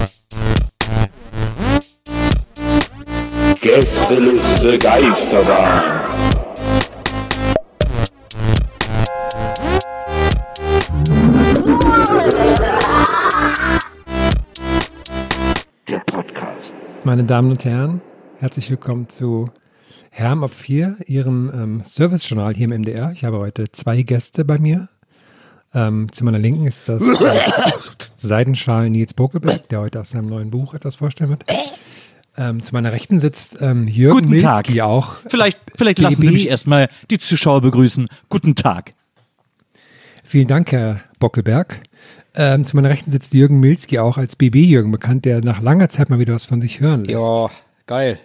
Gästeliste Geisterbahn. Der Podcast. Meine Damen und Herren, herzlich willkommen zu Herm ab 4, Ihrem Servicejournal hier im MDR. Ich habe heute 2 Gäste bei mir. Zu meiner Linken ist das Seidenschal Nils Bokelberg, der heute aus seinem neuen Buch etwas vorstellen wird. Zu meiner Rechten sitzt Jürgen Guten Milski Tag. auch. Vielleicht lassen Sie mich erstmal die Zuschauer begrüßen. Guten Tag. Vielen Dank, Herr Bockelberg. Zu meiner Rechten sitzt Jürgen Milski auch als BB-Jürgen bekannt, der nach langer Zeit mal wieder was von sich hören lässt. Ja, geil.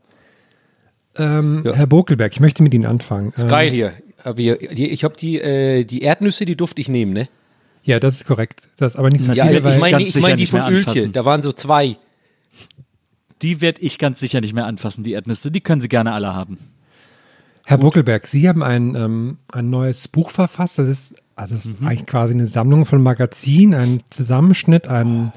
Herr Bokelberg, ich möchte mit Ihnen anfangen. Ist geil hier. Ich habe die Erdnüsse, die durfte ich nehmen, ne? Ja, das ist korrekt. Das ist aber nicht so Ja, viele, ich weil meine ganz sicher die nicht von mehr Ölchen. anfassen. Da waren so 2. Die werde ich ganz sicher nicht mehr anfassen, die Erdnüsse. Die können Sie gerne alle haben. Herr Bokelberg, Sie haben ein neues Buch verfasst. Das ist eigentlich quasi eine Sammlung von Magazinen, ein Zusammenschnitt, eine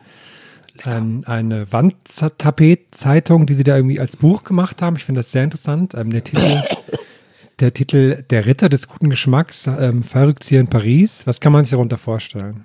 Wandtapetzeitung, die Sie da irgendwie als Buch gemacht haben. Ich finde das sehr interessant. Der Titel Der Ritter des guten Geschmacks, Fallrückzieher in Paris. Was kann man sich darunter vorstellen?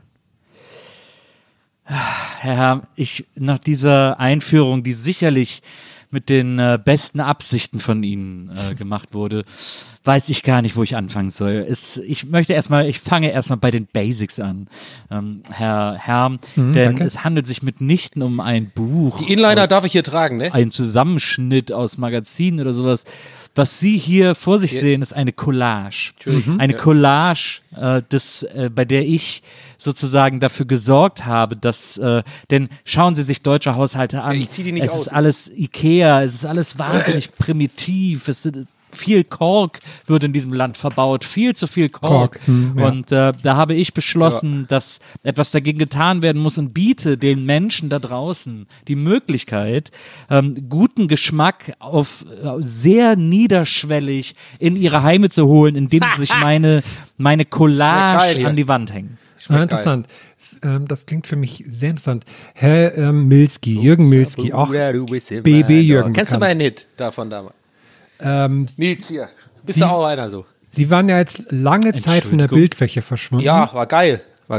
Herr Herm, nach dieser Einführung, die sicherlich mit den besten Absichten von Ihnen gemacht wurde, weiß ich gar nicht, wo ich anfangen soll. Ich fange erstmal bei den Basics an, Herr Herm, denn danke. es handelt sich mitnichten um ein Buch. Die Inliner darf ich hier tragen, ne? Ein Zusammenschnitt aus Magazinen oder sowas. Was Sie hier vor sich sehen, ist eine Collage. Eine Collage, bei der ich sozusagen dafür gesorgt habe, dass, denn schauen Sie sich deutsche Haushalte an. Ich zieh die nicht es aus. ist alles Ikea, es ist alles wahnsinnig primitiv, viel Kork wird in diesem Land verbaut, viel zu viel Kork. Ja. Und da habe ich beschlossen, dass etwas dagegen getan werden muss und biete den Menschen da draußen die Möglichkeit, guten Geschmack auf sehr niederschwellig in ihre Heime zu holen, indem sie sich meine Collage an die Wand hängen. Interessant. Das klingt für mich sehr interessant. Herr Milski, Jürgen Milski, auch BB Jürgen. Kennst du bekannt. meinen Hit davon damals? Nils hier. Bist du auch einer so? Sie waren ja jetzt lange Zeit von der Entschuldigung. Bildfläche verschwunden. Ja, war geil.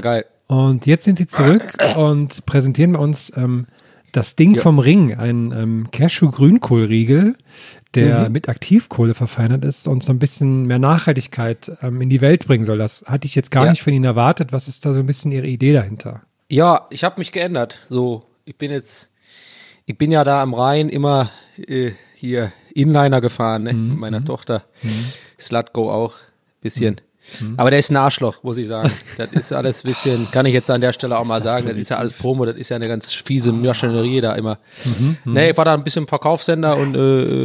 Und jetzt sind Sie zurück und präsentieren bei uns das Ding vom Ring, ein Cashew-Grünkohlriegel, der mit Aktivkohle verfeinert ist und so ein bisschen mehr Nachhaltigkeit in die Welt bringen soll. Das hatte ich jetzt gar nicht von Ihnen erwartet. Was ist da so ein bisschen Ihre Idee dahinter? Ja, ich habe mich geändert. So, ich bin ja da am Rhein immer hier Inliner gefahren, ne? Mit meiner Tochter. Slutgo auch, bisschen. Aber der ist ein Arschloch, muss ich sagen. Das ist alles ein bisschen, kann ich jetzt an der Stelle auch mal sagen, das ist ja alles Promo, das ist ja eine ganz fiese Maschinerie da immer. Ne, ich war da ein bisschen im Verkaufssender und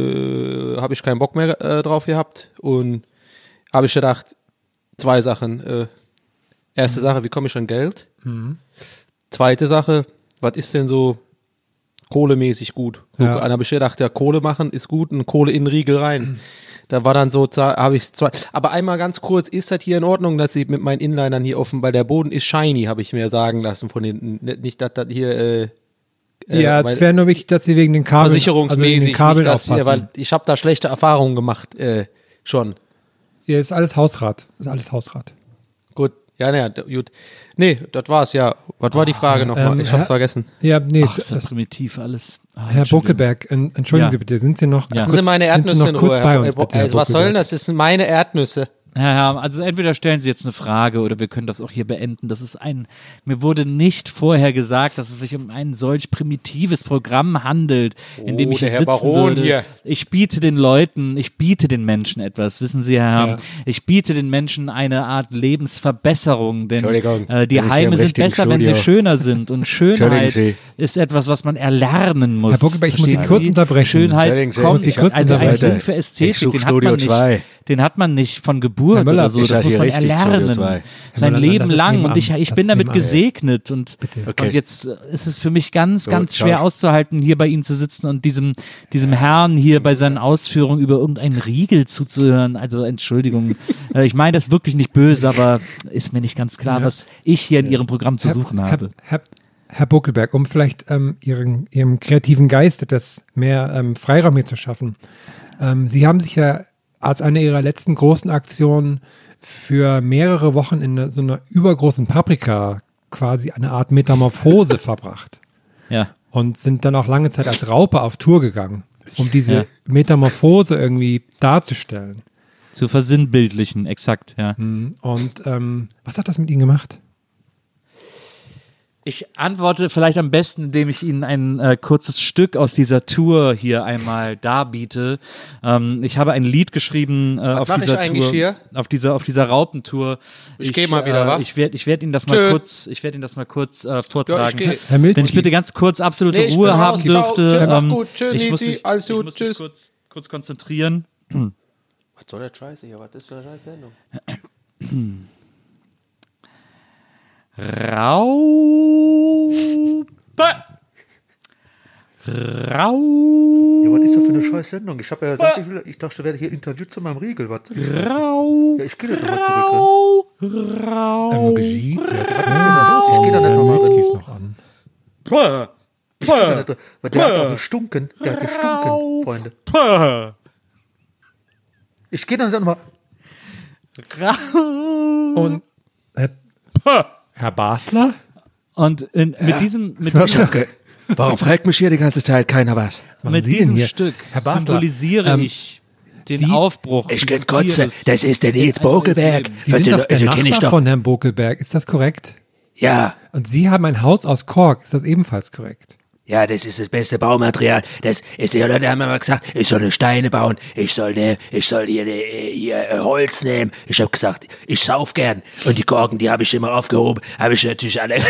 habe ich keinen Bock mehr drauf gehabt und habe ich gedacht, 2 Sachen. Erste Sache, wie komme ich an Geld? Zweite Sache, was ist denn so kohlemäßig gut? So, Ja. dann habe ich gedacht, ja, Kohle machen ist gut und Kohle in den Riegel rein. Da war dann so, habe ich 2. Aber einmal ganz kurz, ist das hier in Ordnung, dass ich mit meinen Inlinern hier offen, weil der Boden ist shiny, habe ich mir sagen lassen von hinten. Nicht, dass das hier Ja, es wäre nur wichtig, dass Sie wegen den Kabeln, versicherungsmäßig, wegen den Kabeln nicht, dass, aufpassen. weil ich habe da schlechte Erfahrungen gemacht, schon. Ja, ist alles Hausrat. Gut, ja, gut. Nee, das war's, ja. Was war die Frage nochmal? Ich hab's vergessen. Ja, nee, Ach, ist ja primitiv alles. Herr Bokelberg, entschuldigen Sie bitte, sind Sie noch Ja. Lassen Sie meine Erdnüsse in kurz Ruhe. bei uns, bitte, Herr Also, was soll denn Bokelberg? das? Das sind meine Erdnüsse. Herr Herm, also entweder stellen Sie jetzt eine Frage oder wir können das auch hier beenden. Mir wurde nicht vorher gesagt, dass es sich um ein solch primitives Programm handelt, in dem ich der hier Herr sitzen Baron würde. hier. Ich biete den Menschen etwas. Wissen Sie, Herr Herm, Ja. ich biete den Menschen eine Art Lebensverbesserung, denn Entschuldigung, die bin ich Heime hier im sind richtigen besser, wenn sie Studio? schöner sind und Schönheit Entschuldigen Sie. ist etwas, was man erlernen muss. Herr Bokelberg, ich muss Sie Verstehen kurz unterbrechen. Schönheit Entschuldigen Sie. kommt, Muss ich kurz also ein unterbrechen. Sinn für Ästhetik, Ich such den hat Studio man nicht. 2. Den hat man nicht von Geburt Herr Müller, oder so, ich das sag muss hier man richtig, erlernen. Studio 2. Sein Herr Müller, Leben das ist lang nebenan. und ich Das bin ist damit nebenan. gesegnet und Okay. jetzt ist es für mich ganz Gut, schwer ciao. auszuhalten, hier bei Ihnen zu sitzen und diesem Herrn hier bei seinen Ausführungen über irgendeinen Riegel zuzuhören. Also Entschuldigung, ich meine das wirklich nicht böse, aber ist mir nicht ganz klar, was ich hier in Ihrem Programm zu suchen habe. Herr Buckelberg, um vielleicht Ihrem kreativen Geist etwas mehr Freiraum hier zu schaffen. Sie haben sich ja als eine Ihrer letzten großen Aktionen für mehrere Wochen in so einer übergroßen Paprika quasi eine Art Metamorphose verbracht. Ja. Und sind dann auch lange Zeit als Raupe auf Tour gegangen, um diese Metamorphose irgendwie darzustellen. Zu versinnbildlichen, exakt, ja. Und was hat das mit Ihnen gemacht? Ich antworte vielleicht am besten, indem ich Ihnen ein kurzes Stück aus dieser Tour hier einmal darbiete. Ich habe ein Lied geschrieben auf dieser Tour, auf dieser Raupentour. Ich gehe mal wieder, wa? Ich werd Ihnen das mal kurz, vortragen. Ja, Herr Milzki. Wenn ich bitte ganz kurz absolute ich Ruhe bin haben raus. dürfte. Ciao, mach gut. Tschö, Ich muss Niti. mich, Alles ich gut. muss Tschüss. mich kurz konzentrieren. Was soll der Scheiße hier? Was ist für eine scheiß Sendung? Raupe. Raupe. Ja, was ist das für eine scheiß Sendung? Ich habe ja gesagt, ich dachte, ich werde hier interviewt zu meinem Riegel. Was soll ich das? Ja, ich gehe da nochmal zurück. Regie, Was ist denn da los? Ich gehe da nicht nochmal Milzki rein. ist noch an. Ich geh da nicht rein. Weil der hat auch gestunken. Der hat gestunken, Freunde. Ich gehe da nicht nochmal. Und Herr Basler? Und mit diesem Warum fragt mich hier die ganze Zeit keiner was? mit Sie denn diesem hier? Stück Herr Basler, symbolisiere ich den Sie- Aufbruch. Ich dieses kann kotzen, Tieres das ist der Nils in ein neues Bokelberg. Leben. Sie sind doch der kenn ich Nachbar doch. von Herrn Bokelberg, ist das korrekt? Ja, Und Sie haben ein Haus aus Kork, ist das ebenfalls korrekt? ja, das ist das beste Baumaterial. Das ist, die Leute haben immer gesagt, ich soll eine Steine bauen, ich soll hier Holz nehmen. Ich habe gesagt, ich sauf gern. Und die Korken, die habe ich immer aufgehoben, habe ich natürlich alle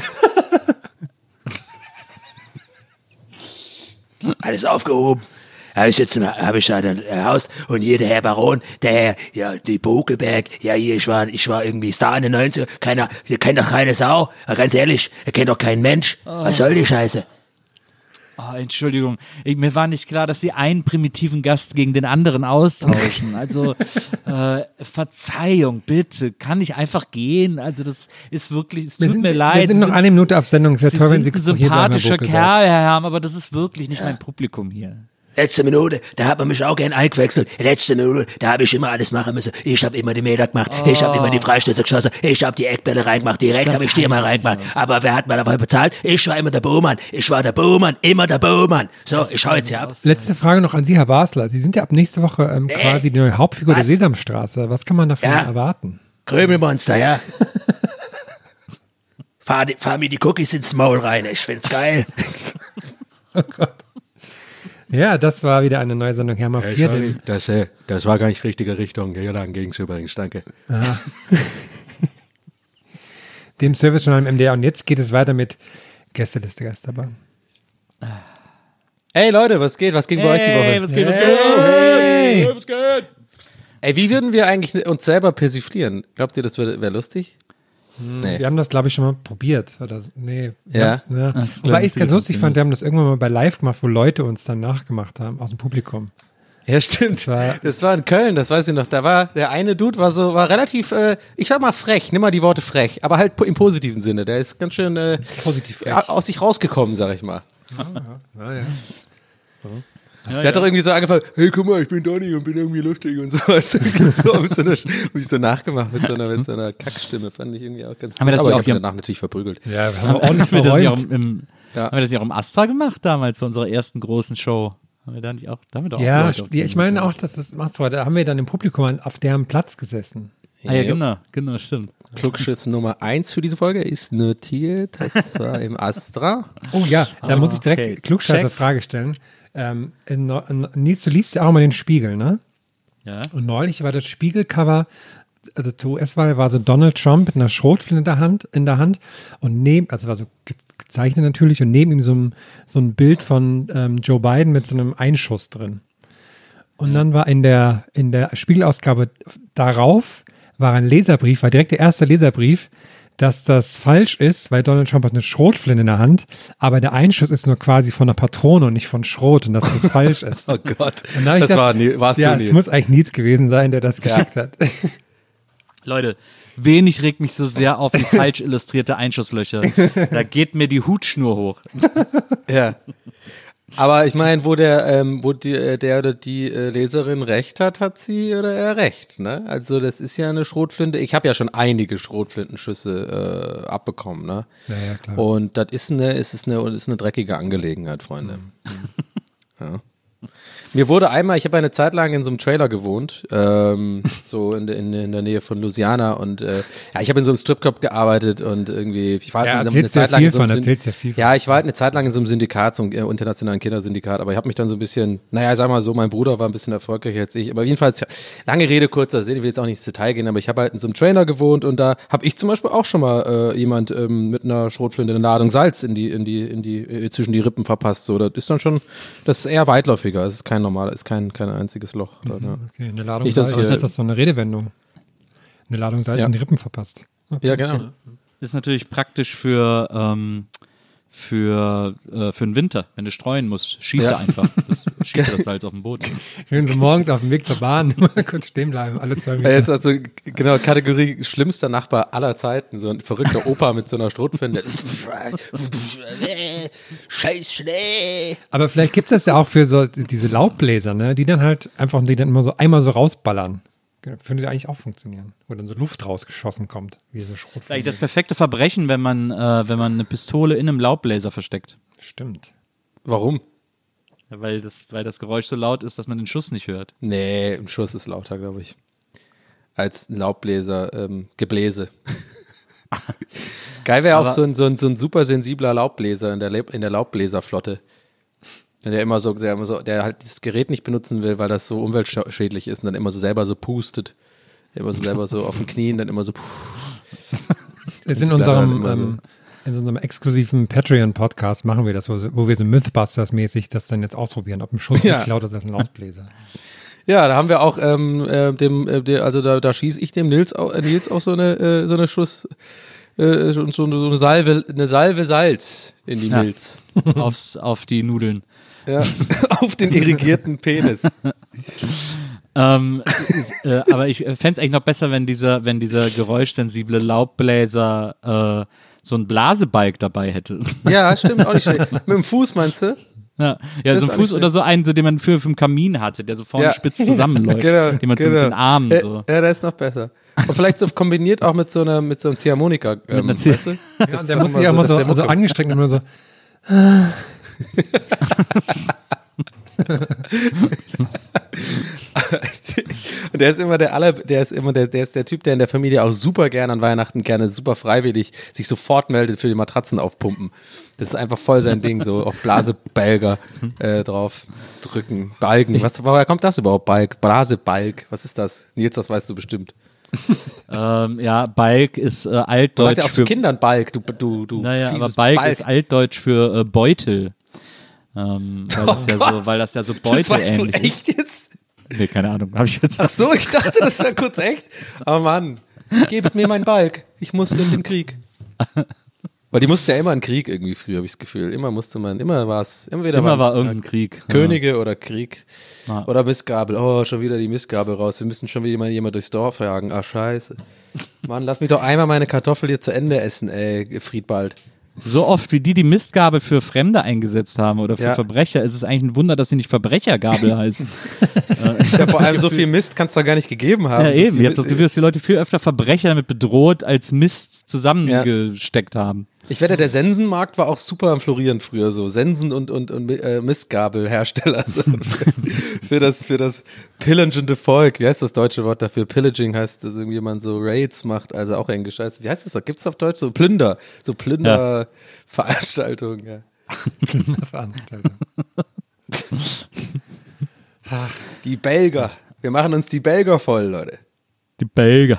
alles aufgehoben. Habe ich da ein Haus und hier der Herr Baron, die Bokelberg, ja hier, ich war irgendwie Star in den 90ern, der kennt doch keine Sau, ganz ehrlich, er kennt doch keinen Mensch. Was soll die Scheiße? Oh, Entschuldigung, mir war nicht klar, dass Sie einen primitiven Gast gegen den anderen austauschen. Also Verzeihung, bitte, kann ich einfach gehen? Also das ist wirklich, es tut mir leid. Wir sind noch eine Minute auf Sendung, es wäre Sie toll, wenn sind Sie ein kurz hier bleiben, Herr sympathischer Bokelberg. Kerl, Herr Herm, aber das ist wirklich nicht mein Publikum hier. Letzte Minute, da hat man mich auch gern eingewechselt. Letzte Minute, da habe ich immer alles machen müssen. Ich habe immer die Meter gemacht, ich habe immer die Freistöße geschossen, ich habe die Eckbälle reingemacht, direkt habe ich die immer reingemacht. Aber wer hat mir dafür bezahlt? Ich war immer der Baumann. Ich war der Baumann, immer der Baumann. So, ich hau jetzt hier ab. Letzte Frage noch an Sie, Herr Basler. Sie sind ja ab nächste Woche quasi die neue Hauptfigur der Was? Sesamstraße. Was kann man davon Ja. erwarten? Krümelmonster, ja? Fahr mir die Cookies ins Maul rein, ich find's geil. Ja, das war wieder eine neue Sendung Herr 4. Das war gar nicht richtige Richtung. Hier lang ging's übrigens, danke. Dem Servicejournal im MDR. Und jetzt geht es weiter mit Gästeliste Geisterbahn. Ey Leute, was geht? Was ging bei euch die Woche? Was geht, was geht? Ey, wie würden wir eigentlich uns selber persiflieren? Glaubt ihr, das wäre lustig? Nee. Wir haben das, glaube ich, schon mal probiert. Oder so. Nee. Ja. Das Wobei ich es klingt ganz lustig funktioniert. fand, wir haben das irgendwann mal bei Live gemacht, wo Leute uns dann nachgemacht haben aus dem Publikum. Ja, stimmt. war- Das war in Köln, das weiß ich noch. Da war der eine Dude, war relativ, ich sag mal frech, nimm mal die Worte frech, aber halt im positiven Sinne. Der ist ganz schön Positiv frech. aus sich rausgekommen, sag ich mal. Ja, ja. Der hat doch irgendwie so angefangen, hey, guck mal, ich bin Donny und bin irgendwie lustig und so. Also, so mit so einer, hab ich so nachgemacht mit so einer Kackstimme, fand ich irgendwie auch ganz Haben wir das aber ja ich auch hab ihn hier- danach natürlich verprügelt. Ja, wir haben ordentlich Haben wir das nicht auch verräumt. haben wir das nicht auch im Astra gemacht damals bei unserer ersten großen Show? Haben wir da nicht auch, da haben wir doch auch Ja, Leute auf ich meine auch, dass das macht's weiter. Da haben wir dann im Publikum auf deren Platz gesessen. Ah, ja, genau, stimmt. Klugschiss Nummer 1 für diese Folge ist notiert. Das war im Astra. Oh ja, da muss ich direkt okay. klugscheiße Check. Frage stellen. Nils, du liest ja auch mal den Spiegel, ne? Ja. Und neulich war das Spiegelcover, also zur US-Wahl war so Donald Trump mit einer Schrotflinte in der Hand und also war so gezeichnet natürlich und neben ihm so ein Bild von Joe Biden mit so einem Einschuss drin. Und dann war in der Spiegelausgabe darauf war ein Leserbrief, war direkt der erste Leserbrief, dass das falsch ist, weil Donald Trump hat eine Schrotflinte in der Hand, aber der Einschuss ist nur quasi von einer Patrone und nicht von Schrot und dass das falsch ist. Oh Gott. Und da hab ich Das gedacht, warst ja, du, es Nils. muss eigentlich Nils gewesen sein, der das geschickt hat. Leute, Wenig regt mich so sehr auf wie falsch illustrierte Einschusslöcher. Da geht mir die Hutschnur hoch. Ja. Aber ich meine, wo der oder die Leserin recht hat, hat sie oder er recht, ne? Also das ist ja eine Schrotflinte. Ich habe ja schon einige Schrotflintenschüsse abbekommen, ne? Ja, klar. Und das ist eine dreckige Angelegenheit, Freunde. Ja. Mir wurde einmal, ich habe eine Zeit lang in so einem Trailer gewohnt, so in der Nähe von Louisiana und ich habe in so einem Stripclub gearbeitet und irgendwie, ich war halt eine Zeit lang in so einem ich war halt eine Zeit lang in so einem Syndikat, so einem internationalen Kindersyndikat, aber ich habe mich dann so ein bisschen, ich sag mal so, mein Bruder war ein bisschen erfolgreicher als ich, aber jedenfalls, lange Rede, kurzer Sinn, ich will jetzt auch nicht ins Detail gehen, aber ich habe halt in so einem Trailer gewohnt und da habe ich zum Beispiel auch schon mal jemand mit einer Schrotflinte eine Ladung Salz in die zwischen die Rippen verpasst, so, das ist dann schon, das ist eher weitläufiger, es ist kein einziges Loch. Da, ja. Okay, eine Ladung Salz, ist das so eine Redewendung? Eine Ladung Salz in die Rippen verpasst. Okay. Ja, genau. Das ist natürlich praktisch für den Winter, wenn du streuen musst, schieße einfach. Schieße das Salz auf den Boden. Schön so morgens auf dem Weg zur Bahn mal kurz stehen bleiben, alle 2 Meter. Jetzt also, genau, Kategorie schlimmster Nachbar aller Zeiten, so ein verrückter Opa mit so einer Schrotflinte. Scheiß Schnee. Aber vielleicht gibt es ja auch für so diese Laubbläser, ne, die dann immer so einmal so rausballern. Würde eigentlich auch funktionieren, wo dann so Luft rausgeschossen kommt, wie so Schrotflinte. Vielleicht das perfekte Verbrechen, wenn man eine Pistole in einem Laubbläser versteckt. Stimmt. Warum? Ja, weil das Geräusch so laut ist, dass man den Schuss nicht hört. Nee, ein Schuss ist lauter, glaube ich. Als ein Laubbläser, Gebläse. Geil wäre auch so ein super sensibler Laubbläser in der Laubbläserflotte. Der halt dieses Gerät nicht benutzen will, weil das so umweltschädlich ist und dann immer so selber so pustet. Immer so selber so auf den Knien, dann immer so. In unserem exklusiven Patreon-Podcast machen wir das, wo wir so Mythbusters-mäßig das dann jetzt ausprobieren, ob ein Schuss nicht lauter ist als ein Laubbläser. Ja, da haben wir auch da schieße ich dem Nils auch so eine Schuss, so eine Salve Salz in die Milz. Auf die Nudeln. Ja, auf den irrigierten Penis. Aber ich fände es eigentlich noch besser, wenn dieser geräuschsensible Laubbläser so ein Blasebalg dabei hätte. Ja, stimmt, auch nicht schlecht. Mit dem Fuß, meinst du? Ja so ein Fuß oder so einen, den man für den Kamin hatte, der so vorne spitz zusammenläuft. Genau, den man so mit den Armen so. Ja, der ist noch besser. Und vielleicht so kombiniert auch mit so einem Ziehharmonika. Weißt du? Ja, der muss sich ja immer so angestrengt immer so. Und der ist der Typ, der in der Familie auch super gerne an Weihnachten super freiwillig sich sofort meldet für die Matratzen aufpumpen. Das ist einfach voll sein Ding, so auf Blasebalger drauf drücken. Balgen. Woher kommt das überhaupt? Blasebalg. Was ist das? Nils, das weißt du bestimmt. Balg ist altdeutsch. Man sagt ja auch zu Kindern Balg. Aber Balg ist altdeutsch für Beutel. Weil das ja so Beutel Das weißt du ähnlich echt ist. jetzt? Nee, keine Ahnung. Hab ich jetzt. Ach so, ich dachte, das wäre kurz echt. Aber Mann, gebet mir meinen Balg. Ich muss in den Krieg. Weil die mussten ja immer in den Krieg irgendwie früher, habe ich das Gefühl. Immer war irgendein Krieg. Könige oder Krieg. Ja. Oder Mistgabel. Oh, schon wieder die Mistgabel raus. Wir müssen schon wieder jemand durchs Dorf jagen. Ah, scheiße. Mann, lass mich doch einmal meine Kartoffel hier zu Ende essen, ey, Friedbald. So oft, wie die Mistgabel für Fremde eingesetzt haben oder für Verbrecher, ist es eigentlich ein Wunder, dass sie nicht Verbrechergabel heißen. Ja, vor allem so viel Mist kann es doch gar nicht gegeben haben. Ja, eben. Ich habe das Gefühl, dass die Leute viel öfter Verbrecher damit bedroht, als Mist zusammengesteckt haben. Ich wette, der Sensenmarkt war auch super am Florieren früher so. Sensen- und Mistgabelhersteller. So. für das pillagende Volk. Wie heißt das deutsche Wort dafür? Pillaging heißt, dass irgendjemand so Raids macht, also auch Englisch. Wie heißt das? Gibt es auf Deutsch so Plünder? So Plünderveranstaltungen, ja. Plünderveranstaltungen. Die Belger. Wir machen uns die Belger voll, Leute. Die Belger.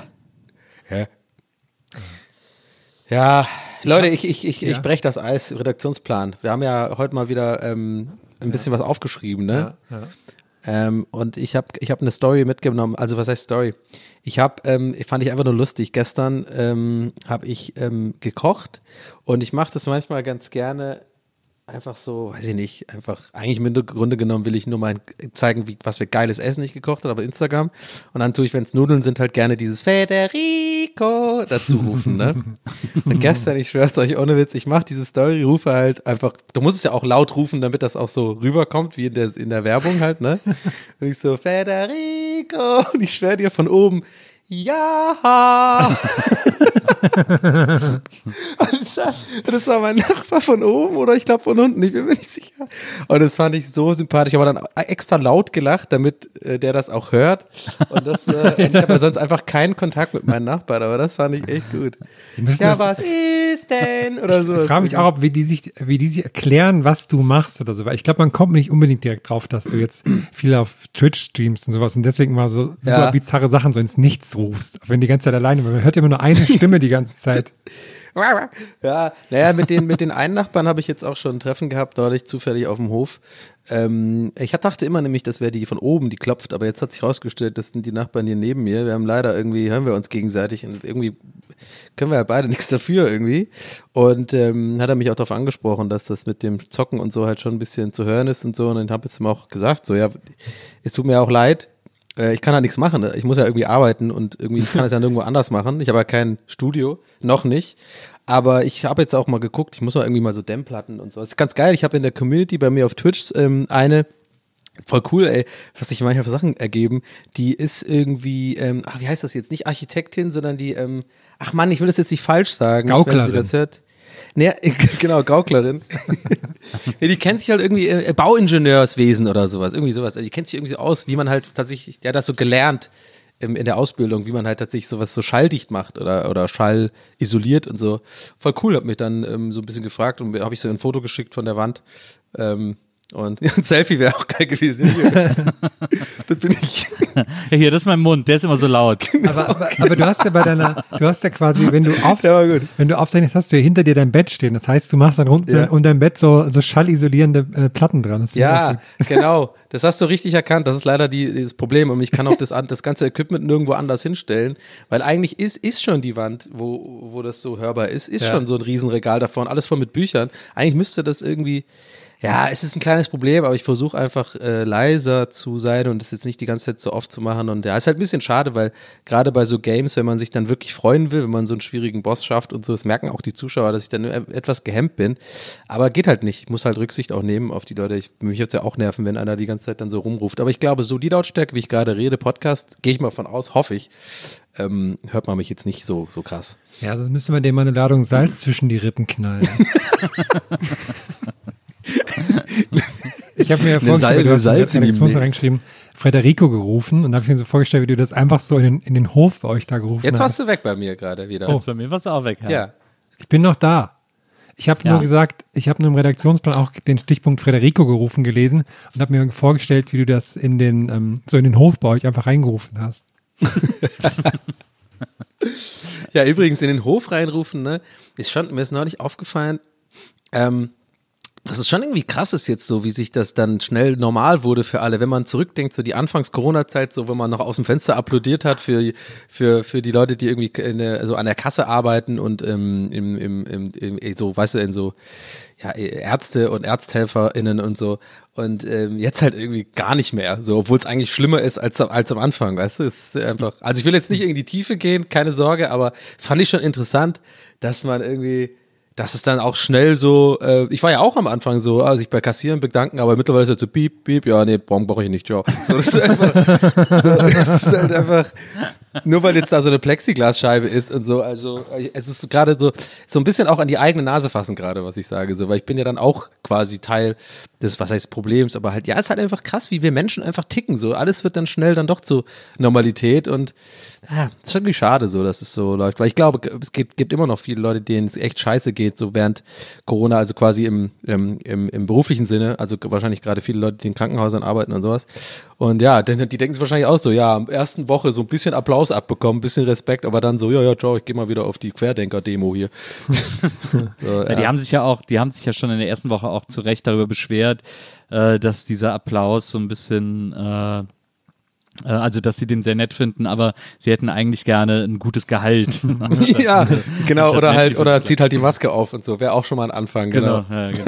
Ja, Leute, ich breche das Eis, Redaktionsplan. Wir haben ja heute mal wieder ein bisschen was aufgeschrieben, ne? Ja. Und ich hab eine Story mitgenommen. Also was heißt Story? Fand ich einfach nur lustig. Gestern habe ich gekocht und ich mache das manchmal ganz gerne. einfach so, weiß ich nicht, einfach, eigentlich im Grunde genommen will ich nur mal zeigen, was für geiles Essen ich gekocht habe, aber Instagram. Und dann tue ich, wenn es Nudeln sind, halt gerne dieses Federico dazu rufen, ne? Und gestern, ich schwör's euch, ohne Witz, ich mache diese Story, rufe halt einfach, du musst es ja auch laut rufen, damit das auch so rüberkommt, wie in der Werbung halt, ne? Und ich so, Federico, und ich schwöre dir von oben, ja! Das war mein Nachbar von oben oder ich glaube von unten, ich bin mir nicht sicher. Und das fand ich so sympathisch. Ich habe dann extra laut gelacht, damit der das auch hört. Und und ich habe ja sonst einfach keinen Kontakt mit meinen Nachbarn, aber das fand ich echt gut. Ja, was ist denn? Oder so. Ich frage mich auch, wie die sich erklären, was du machst oder so. Weil ich glaube, man kommt nicht unbedingt direkt drauf, dass du jetzt viel auf Twitch streamst und sowas und deswegen mal so super bizarre Sachen so ins Nichts rufst. Wenn die ganze Zeit alleine, man hört immer nur eine Stimme die ganze Zeit. Ja, naja, mit den einen Nachbarn habe ich jetzt auch schon ein Treffen gehabt, dadurch zufällig auf dem Hof. Ich dachte immer nämlich, das wäre die von oben, die klopft, aber jetzt hat sich herausgestellt, das sind die Nachbarn hier neben mir. Wir haben leider irgendwie, hören wir uns gegenseitig und irgendwie können wir ja beide nichts dafür irgendwie. Und hat er mich auch darauf angesprochen, dass das mit dem Zocken und so halt schon ein bisschen zu hören ist und so. Und dann habe ich ihm auch gesagt, so ja, es tut mir auch leid, ich kann da nichts machen, ne? Ich muss ja irgendwie arbeiten und irgendwie kann es ja nirgendwo anders machen. Ich habe ja kein Studio, noch nicht. Aber ich habe jetzt auch mal geguckt, ich muss mal irgendwie mal so Dämmplatten und so. Das ist ganz geil, ich habe in der Community bei mir auf Twitch eine, voll cool, ey, was sich manchmal für Sachen ergeben, die ist irgendwie, wie heißt das jetzt? Nicht Architektin, sondern die, ach Mann, ich will das jetzt nicht falsch sagen. Gauklerin. Wenn sie das hört. Nee, genau, Gauklerin. Ja, die kennt sich halt irgendwie Bauingenieurswesen oder sowas, irgendwie sowas. Also die kennt sich irgendwie so aus, wie man halt tatsächlich, der hat das so gelernt in der Ausbildung, wie man halt tatsächlich sowas so schalldicht macht oder Schall isoliert und so. Voll cool, hab mich dann so ein bisschen gefragt und habe ich so ein Foto geschickt von der Wand. Und ein Selfie wäre auch geil gewesen. Das bin ich. Ja, hier, das ist mein Mund, der ist immer so laut. Aber du hast ja quasi, wenn du aufzeichnest, hast du ja hinter dir dein Bett stehen. Das heißt, du machst dann unter deinem Bett so schallisolierende Platten dran. Ja, genau. Das hast du richtig erkannt. Das ist leider das Problem. Und ich kann auch das ganze Equipment nirgendwo anders hinstellen, weil eigentlich ist schon die Wand, wo das so hörbar ist schon so ein Riesenregal davor und alles voll mit Büchern. Eigentlich müsste das irgendwie. Ja, es ist ein kleines Problem, aber ich versuche einfach leiser zu sein und das jetzt nicht die ganze Zeit so oft zu machen. Und ja, ist halt ein bisschen schade, weil gerade bei so Games, wenn man sich dann wirklich freuen will, wenn man so einen schwierigen Boss schafft und so, das merken auch die Zuschauer, dass ich dann etwas gehemmt bin. Aber geht halt nicht. Ich muss halt Rücksicht auch nehmen auf die Leute. Mich würde es ja auch nerven, wenn einer die ganze Zeit dann so rumruft. Aber ich glaube, so die Lautstärke, wie ich gerade rede, Podcast, gehe ich mal von aus, hoffe ich, hört man mich jetzt nicht so krass. Ja, sonst müsste man dem mal eine Ladung Salz zwischen die Rippen knallen. Ich habe mir vorgestellt, du hast reingeschrieben, Federico gerufen und da habe ich mir so vorgestellt, wie du das einfach so in den Hof bei euch da gerufen hast. Jetzt warst du weg bei mir gerade wieder. Jetzt bei mir warst du auch weg. Ja. Ich bin noch da. Ich habe nur gesagt, ich habe nur im Redaktionsplan auch den Stichpunkt Federico gerufen gelesen und habe mir vorgestellt, wie du das in den Hof bei euch einfach reingerufen hast. Ja, übrigens in den Hof reinrufen, ne, mir ist neulich aufgefallen, dass es schon irgendwie krass ist jetzt so, wie sich das dann schnell normal wurde für alle. Wenn man zurückdenkt, so die Anfangs-Corona-Zeit, so wenn man noch aus dem Fenster applaudiert hat für die Leute, die irgendwie so an der Kasse arbeiten und so, weißt du, in so Ärzte und ErzthelferInnen und so. Und jetzt halt irgendwie gar nicht mehr, so, obwohl es eigentlich schlimmer ist als am Anfang, weißt du? Es ist einfach, also ich will jetzt nicht in die Tiefe gehen, keine Sorge, aber fand ich schon interessant, dass es dann auch schnell so, ich war ja auch am Anfang so, also ich bei Kassieren bedanken, aber mittlerweile ist es so piep, piep, ja, nee, brauche ich nicht, ciao. So, das ist halt einfach, nur weil jetzt da so eine Plexiglasscheibe ist und so, also es ist gerade so ein bisschen auch an die eigene Nase fassen gerade, was ich sage, so, weil ich bin ja dann auch quasi Teil des, was heißt Problems, aber halt, ja, es ist halt einfach krass, wie wir Menschen einfach ticken, so, alles wird dann schnell dann doch zur Normalität und ja, das ist irgendwie schade so, dass es so läuft, weil ich glaube, es gibt immer noch viele Leute, denen es echt scheiße geht, so während Corona, also quasi im beruflichen Sinne, also wahrscheinlich gerade viele Leute, die in Krankenhäusern arbeiten und sowas. Und ja, die denken sich wahrscheinlich auch so, ja, am ersten Woche so ein bisschen Applaus abbekommen, ein bisschen Respekt, aber dann so, ja, ciao, ich gehe mal wieder auf die Querdenker-Demo hier. So, ja. Die haben sich ja schon in der ersten Woche auch zu Recht darüber beschwert, dass dieser Applaus so ein bisschen also, dass sie den sehr nett finden, aber sie hätten eigentlich gerne ein gutes Gehalt. Ja, genau, oder zieht halt die Maske auf und so, wäre auch schon mal ein Anfang. Genau.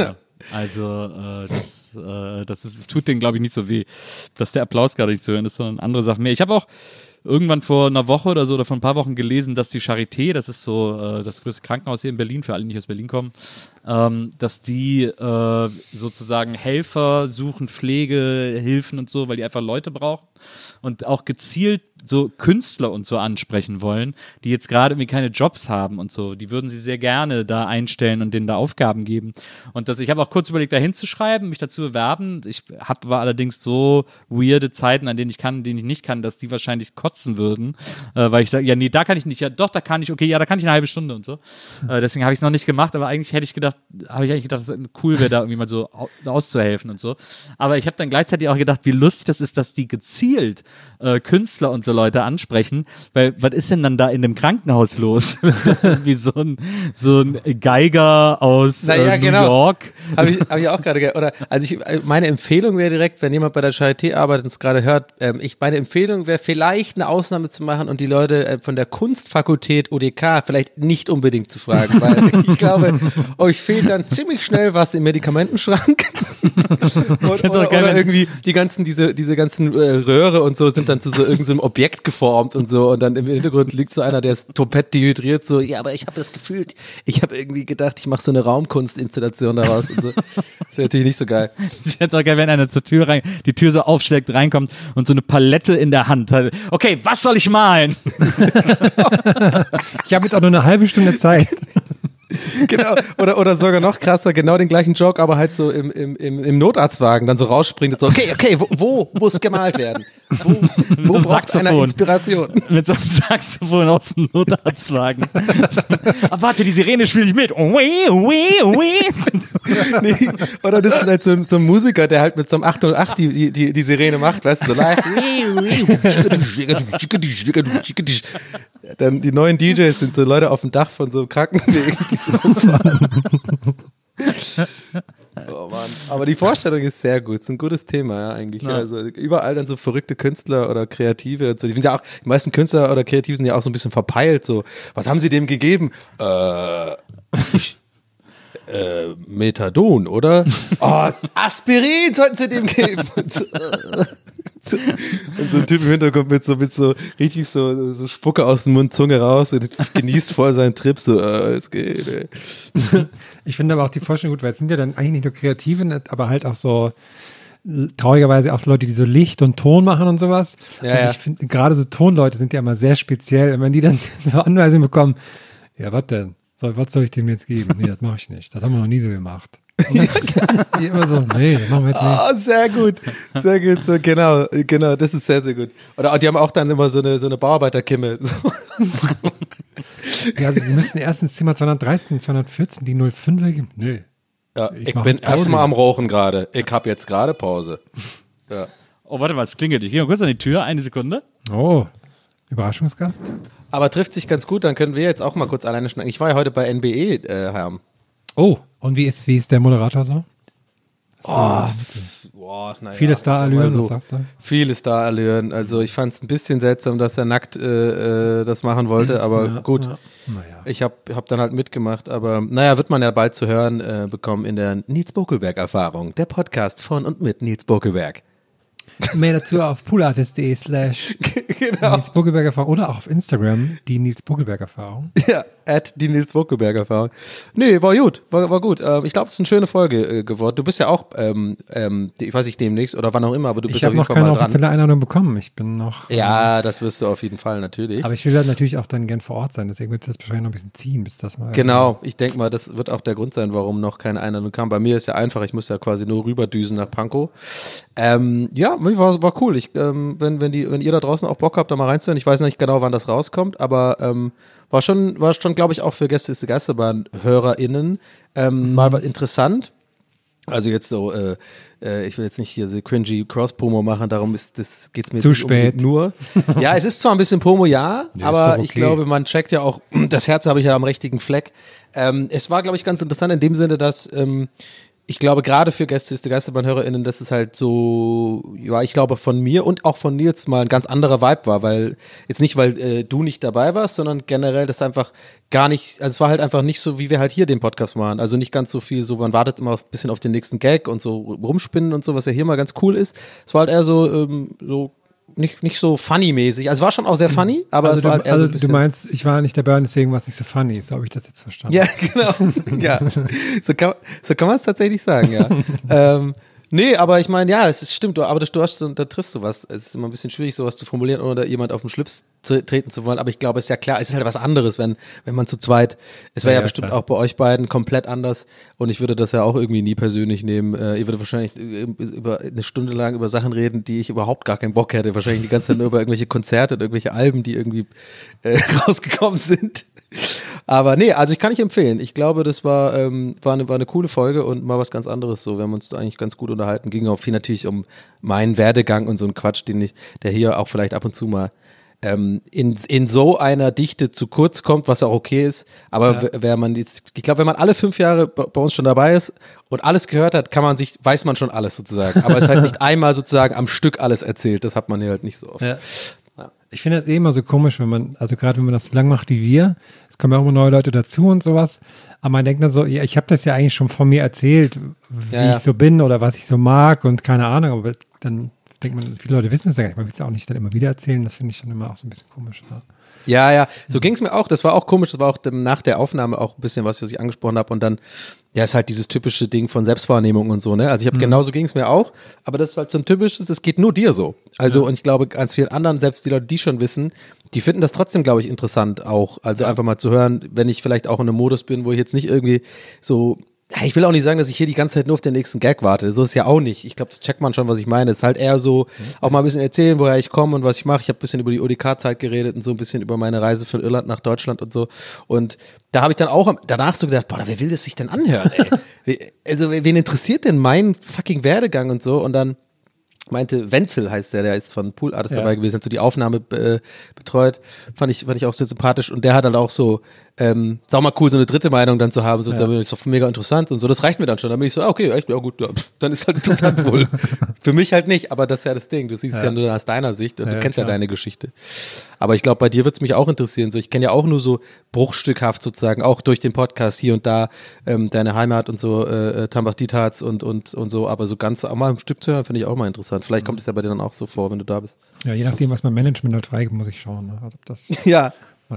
Also tut denen, glaube ich, nicht so weh, dass der Applaus gerade nicht zu hören ist, sondern andere Sachen mehr. Ich habe auch irgendwann vor einer Woche oder so oder vor ein paar Wochen gelesen, dass die Charité, das ist so das größte Krankenhaus hier in Berlin, für alle, die nicht aus Berlin kommen, dass die sozusagen Helfer suchen, Pflegehilfen und so, weil die einfach Leute brauchen und auch gezielt so Künstler und so ansprechen wollen, die jetzt gerade irgendwie keine Jobs haben und so. Die würden sie sehr gerne da einstellen und denen da Aufgaben geben. Und ich habe auch kurz überlegt, da hinzuschreiben, mich dazu bewerben. Ich habe aber allerdings so weirde Zeiten, an denen ich nicht kann, dass die wahrscheinlich kotzen würden, weil ich sage, ja, nee, da kann ich nicht. Ja, doch, da kann ich, okay, ja, da kann ich eine halbe Stunde und so. Deswegen habe ich es noch nicht gemacht, aber eigentlich habe ich gedacht, dass es cool wäre, da irgendwie mal so auszuhelfen und so. Aber ich habe dann gleichzeitig auch gedacht, wie lustig das ist, dass die gezielt Künstler und so Leute ansprechen, weil was ist denn dann da in dem Krankenhaus los? Wie so ein Geiger aus New York. Hab ich auch gerade meine Empfehlung wäre direkt, wenn jemand bei der Charité arbeitet und es gerade hört, meine Empfehlung wäre vielleicht eine Ausnahme zu machen und die Leute von der Kunstfakultät UDK vielleicht nicht unbedingt zu fragen, weil ich glaube, euch fehlt dann ziemlich schnell was im Medikamentenschrank. oder irgendwie diese ganzen Röhre und so sind dann zu so irgendeinem Objekt geformt und so und dann im Hintergrund liegt so einer, der ist komplett dehydriert, so, ja, aber ich habe das gefühlt, ich habe irgendwie gedacht, ich mache so eine Raumkunstinstallation daraus und so. Das wäre natürlich nicht so geil. Ich fände es auch geil, wenn einer zur Tür die Tür so aufschlägt, reinkommt und so eine Palette in der Hand hat. Okay, was soll ich malen? Ich habe jetzt auch nur eine halbe Stunde Zeit. Genau, oder sogar noch krasser, genau den gleichen Joke, aber halt so im Notarztwagen dann so rausspringt und so, okay, wo muss gemalt werden? Wo braucht einer Inspiration? Mit so einem Saxophon aus dem Notarztwagen. Aber warte, die Sirene spiele ich mit. Nee, oder das ist halt so ein Musiker, der halt mit so einem 808 die Sirene macht, weißt du, so live. Dann die neuen DJs sind so Leute auf dem Dach von so Krankenwegen, die so rumfahren. Oh Mann. Aber die Vorstellung ist sehr gut. Ist ein gutes Thema, ja, eigentlich. Ja. Also überall dann so verrückte Künstler oder Kreative und so. Die meisten Künstler oder Kreative sind ja auch so ein bisschen verpeilt. So, was haben sie dem gegeben? Methadon, oder? Oh, Aspirin sollten sie dem geben. Und so ein Typ im Hintergrund mit so richtig so Spucke aus dem Mund, Zunge raus und genießt voll seinen Trip, so, es geht, ey. Ich finde aber auch die Vorstellung gut, weil es sind ja dann eigentlich nicht nur Kreative, aber halt auch so traurigerweise auch so Leute, die so Licht und Ton machen und sowas. Ja, und ich finde, gerade so Tonleute sind ja immer sehr speziell. Und wenn die dann so Anweisungen bekommen, ja, was denn? Was soll ich dem jetzt geben? Nee, das mache ich nicht. Das haben wir noch nie so gemacht. Die immer so, nee, das machen wir jetzt nicht. Oh, sehr gut, so, genau, das ist sehr, sehr gut. Oder die haben auch dann immer so eine Bauarbeiterkimme. So. Ja, also sie müssen erst ins Zimmer 213, 214, die 05 geben. Nee. Ja, ich bin erstmal am Rauchen gerade. Ich habe jetzt gerade Pause. Ja. Oh, warte mal, es klingelt. Ich gehe mal kurz an die Tür, eine Sekunde. Oh, Überraschungsgast. Aber trifft sich ganz gut, dann können wir jetzt auch mal kurz alleine schnacken. Ich war ja heute bei NBE, Herm. Oh, und wie ist der Moderator so? Viele Star-Allüren, so, was sagst du? Viele Star-Allüren. Also ich fand es ein bisschen seltsam, dass er nackt das machen wollte, aber gut. Ja. Naja. Ich hab dann halt mitgemacht, aber wird man ja bald zu hören bekommen in der Nils Bokelberg-Erfahrung. Der Podcast von und mit Nils Bokelberg. Mehr dazu auf poolartist.de/ genau. Nils Bokelberg Erfahrung oder auch auf Instagram, die Nils Bokelberg Erfahrung. Ja, die Nils Bokelberg Erfahrung. Nee, war gut, war gut. Ich glaube, es ist eine schöne Folge geworden. Du bist ja auch, ich weiß nicht, demnächst oder wann auch immer, aber du bist auf jeden Fall mal dran. Ich habe noch keine offizielle Einladung bekommen. Ich bin noch... Ja, das wirst du auf jeden Fall, natürlich. Aber ich will halt natürlich auch dann gern vor Ort sein, deswegen wird es das wahrscheinlich noch ein bisschen ziehen, bis das mal... Genau, ich denke mal, das wird auch der Grund sein, warum noch keine Einladung kam. Bei mir ist ja einfach, ich muss ja quasi nur rüberdüsen nach Pankow. Ja, war cool. Wenn ihr da draußen auch Bock habt, da mal reinzuhören, ich weiß nicht genau, wann das rauskommt, aber war schon, glaube ich, auch für Gäste ist die Geisterbahn-HörerInnen mal interessant. Also jetzt so, ich will jetzt nicht hier so cringy Cross-Promo machen, darum geht's mir zu spät. Nur. Ja, es ist zwar ein bisschen Promo, ja, nee, aber okay. Ich glaube, man checkt ja auch, das Herz habe ich ja am richtigen Fleck. Es war, glaube ich, ganz interessant in dem Sinne, dass ich glaube, gerade für GästeBahn-HörerInnen, dass es halt so, ja, ich glaube, von mir und auch von Nils mal ein ganz anderer Vibe war, weil, jetzt nicht, weil du nicht dabei warst, sondern generell das einfach gar nicht, also es war halt einfach nicht so, wie wir halt hier den Podcast machen. Also nicht ganz so viel, so, man wartet immer ein bisschen auf den nächsten Gag und so rumspinnen und so, was ja hier mal ganz cool ist. Es war halt eher so, nicht so funny-mäßig. Also war schon auch sehr funny, aber es war halt eher so ein bisschen. Du meinst, ich war nicht dabei und deswegen war es nicht so funny. So habe ich das jetzt verstanden. Ja, genau. Ja, so kann man es tatsächlich sagen, ja. Nee, aber ich meine, ja, es stimmt, aber da triffst du was. Es ist immer ein bisschen schwierig, sowas zu formulieren, ohne da jemand auf den Schlips treten zu wollen. Aber ich glaube, es ist ja klar, es ist halt was anderes, wenn man zu zweit, es wäre ja bestimmt klar. Auch bei euch beiden komplett anders. Und ich würde das ja auch irgendwie nie persönlich nehmen. Ihr würdet wahrscheinlich über eine Stunde lang über Sachen reden, die ich überhaupt gar keinen Bock hätte. Wahrscheinlich die ganze Zeit nur über irgendwelche Konzerte und irgendwelche Alben, die irgendwie rausgekommen sind. Aber nee, also ich kann nicht empfehlen. Ich glaube, das war eine coole Folge und mal was ganz anderes so. Wir haben uns da eigentlich ganz gut unterhalten. Ging auch viel natürlich um meinen Werdegang und so einen Quatsch, der hier auch vielleicht ab und zu mal in so einer Dichte zu kurz kommt, was auch okay ist. Aber ich glaube, wenn man alle 5 Jahre bei uns schon dabei ist und alles gehört hat, weiß man schon alles sozusagen. Aber es ist halt nicht einmal sozusagen am Stück alles erzählt. Das hat man hier halt nicht so oft. Ja. Ich finde das immer so komisch, gerade wenn man das so lang macht wie wir, es kommen ja auch immer neue Leute dazu und sowas, aber man denkt dann so, ja, ich habe das ja eigentlich schon von mir erzählt, wie ich so bin oder was ich so mag und keine Ahnung, aber dann denkt man, viele Leute wissen das ja gar nicht, man will es auch nicht dann immer wieder erzählen, das finde ich dann immer auch so ein bisschen komisch. Ja. Ja, so ging es mir auch, das war auch komisch, das war auch nach der Aufnahme auch ein bisschen was ich angesprochen habe und dann, ja, ist halt dieses typische Ding von Selbstwahrnehmung und so, ne, also ich habe genauso ging es mir auch, aber das ist halt so ein typisches, das geht nur dir so, also und ich glaube, ganz vielen anderen, selbst die Leute, die schon wissen, die finden das trotzdem, glaube ich, interessant auch, also einfach mal zu hören, wenn ich vielleicht auch in einem Modus bin, wo ich jetzt nicht irgendwie so, ja, ich will auch nicht sagen, dass ich hier die ganze Zeit nur auf den nächsten Gag warte. So ist es ja auch nicht. Ich glaube, das checkt man schon, was ich meine. Es ist halt eher so, auch mal ein bisschen erzählen, woher ich komme und was ich mache. Ich habe ein bisschen über die ODK-Zeit geredet und so ein bisschen über meine Reise von Irland nach Deutschland und so. Und da habe ich dann auch danach so gedacht, boah, wer will das sich denn anhören, ey? Wen interessiert denn mein fucking Werdegang und so? Und dann meinte Wenzel heißt der ist von Pool Artist dabei gewesen, hat so die Aufnahme betreut, fand ich auch sehr sympathisch und der hat dann auch so, ist auch mal cool, so eine dritte Meinung dann zu haben, sozusagen, ist doch mega interessant und so, das reicht mir dann schon, dann bin ich so, okay, echt, ja gut, ja, dann ist halt interessant wohl. Für mich halt nicht, aber das ist ja das Ding, du siehst es ja nur aus deiner Sicht und du kennst ja deine Geschichte. Aber ich glaube, bei dir wird es mich auch interessieren, so, ich kenne ja auch nur so bruchstückhaft sozusagen, auch durch den Podcast hier und da, deine Heimat und so, Tambach-Dietharz und so, aber so ganz auch mal im Stück zu hören, finde ich auch mal interessant. Vielleicht kommt es ja bei dir dann auch so vor, wenn du da bist. Ja, je nachdem, was mein Management halt freigibt, muss ich schauen. Ne? Also ob das, ja.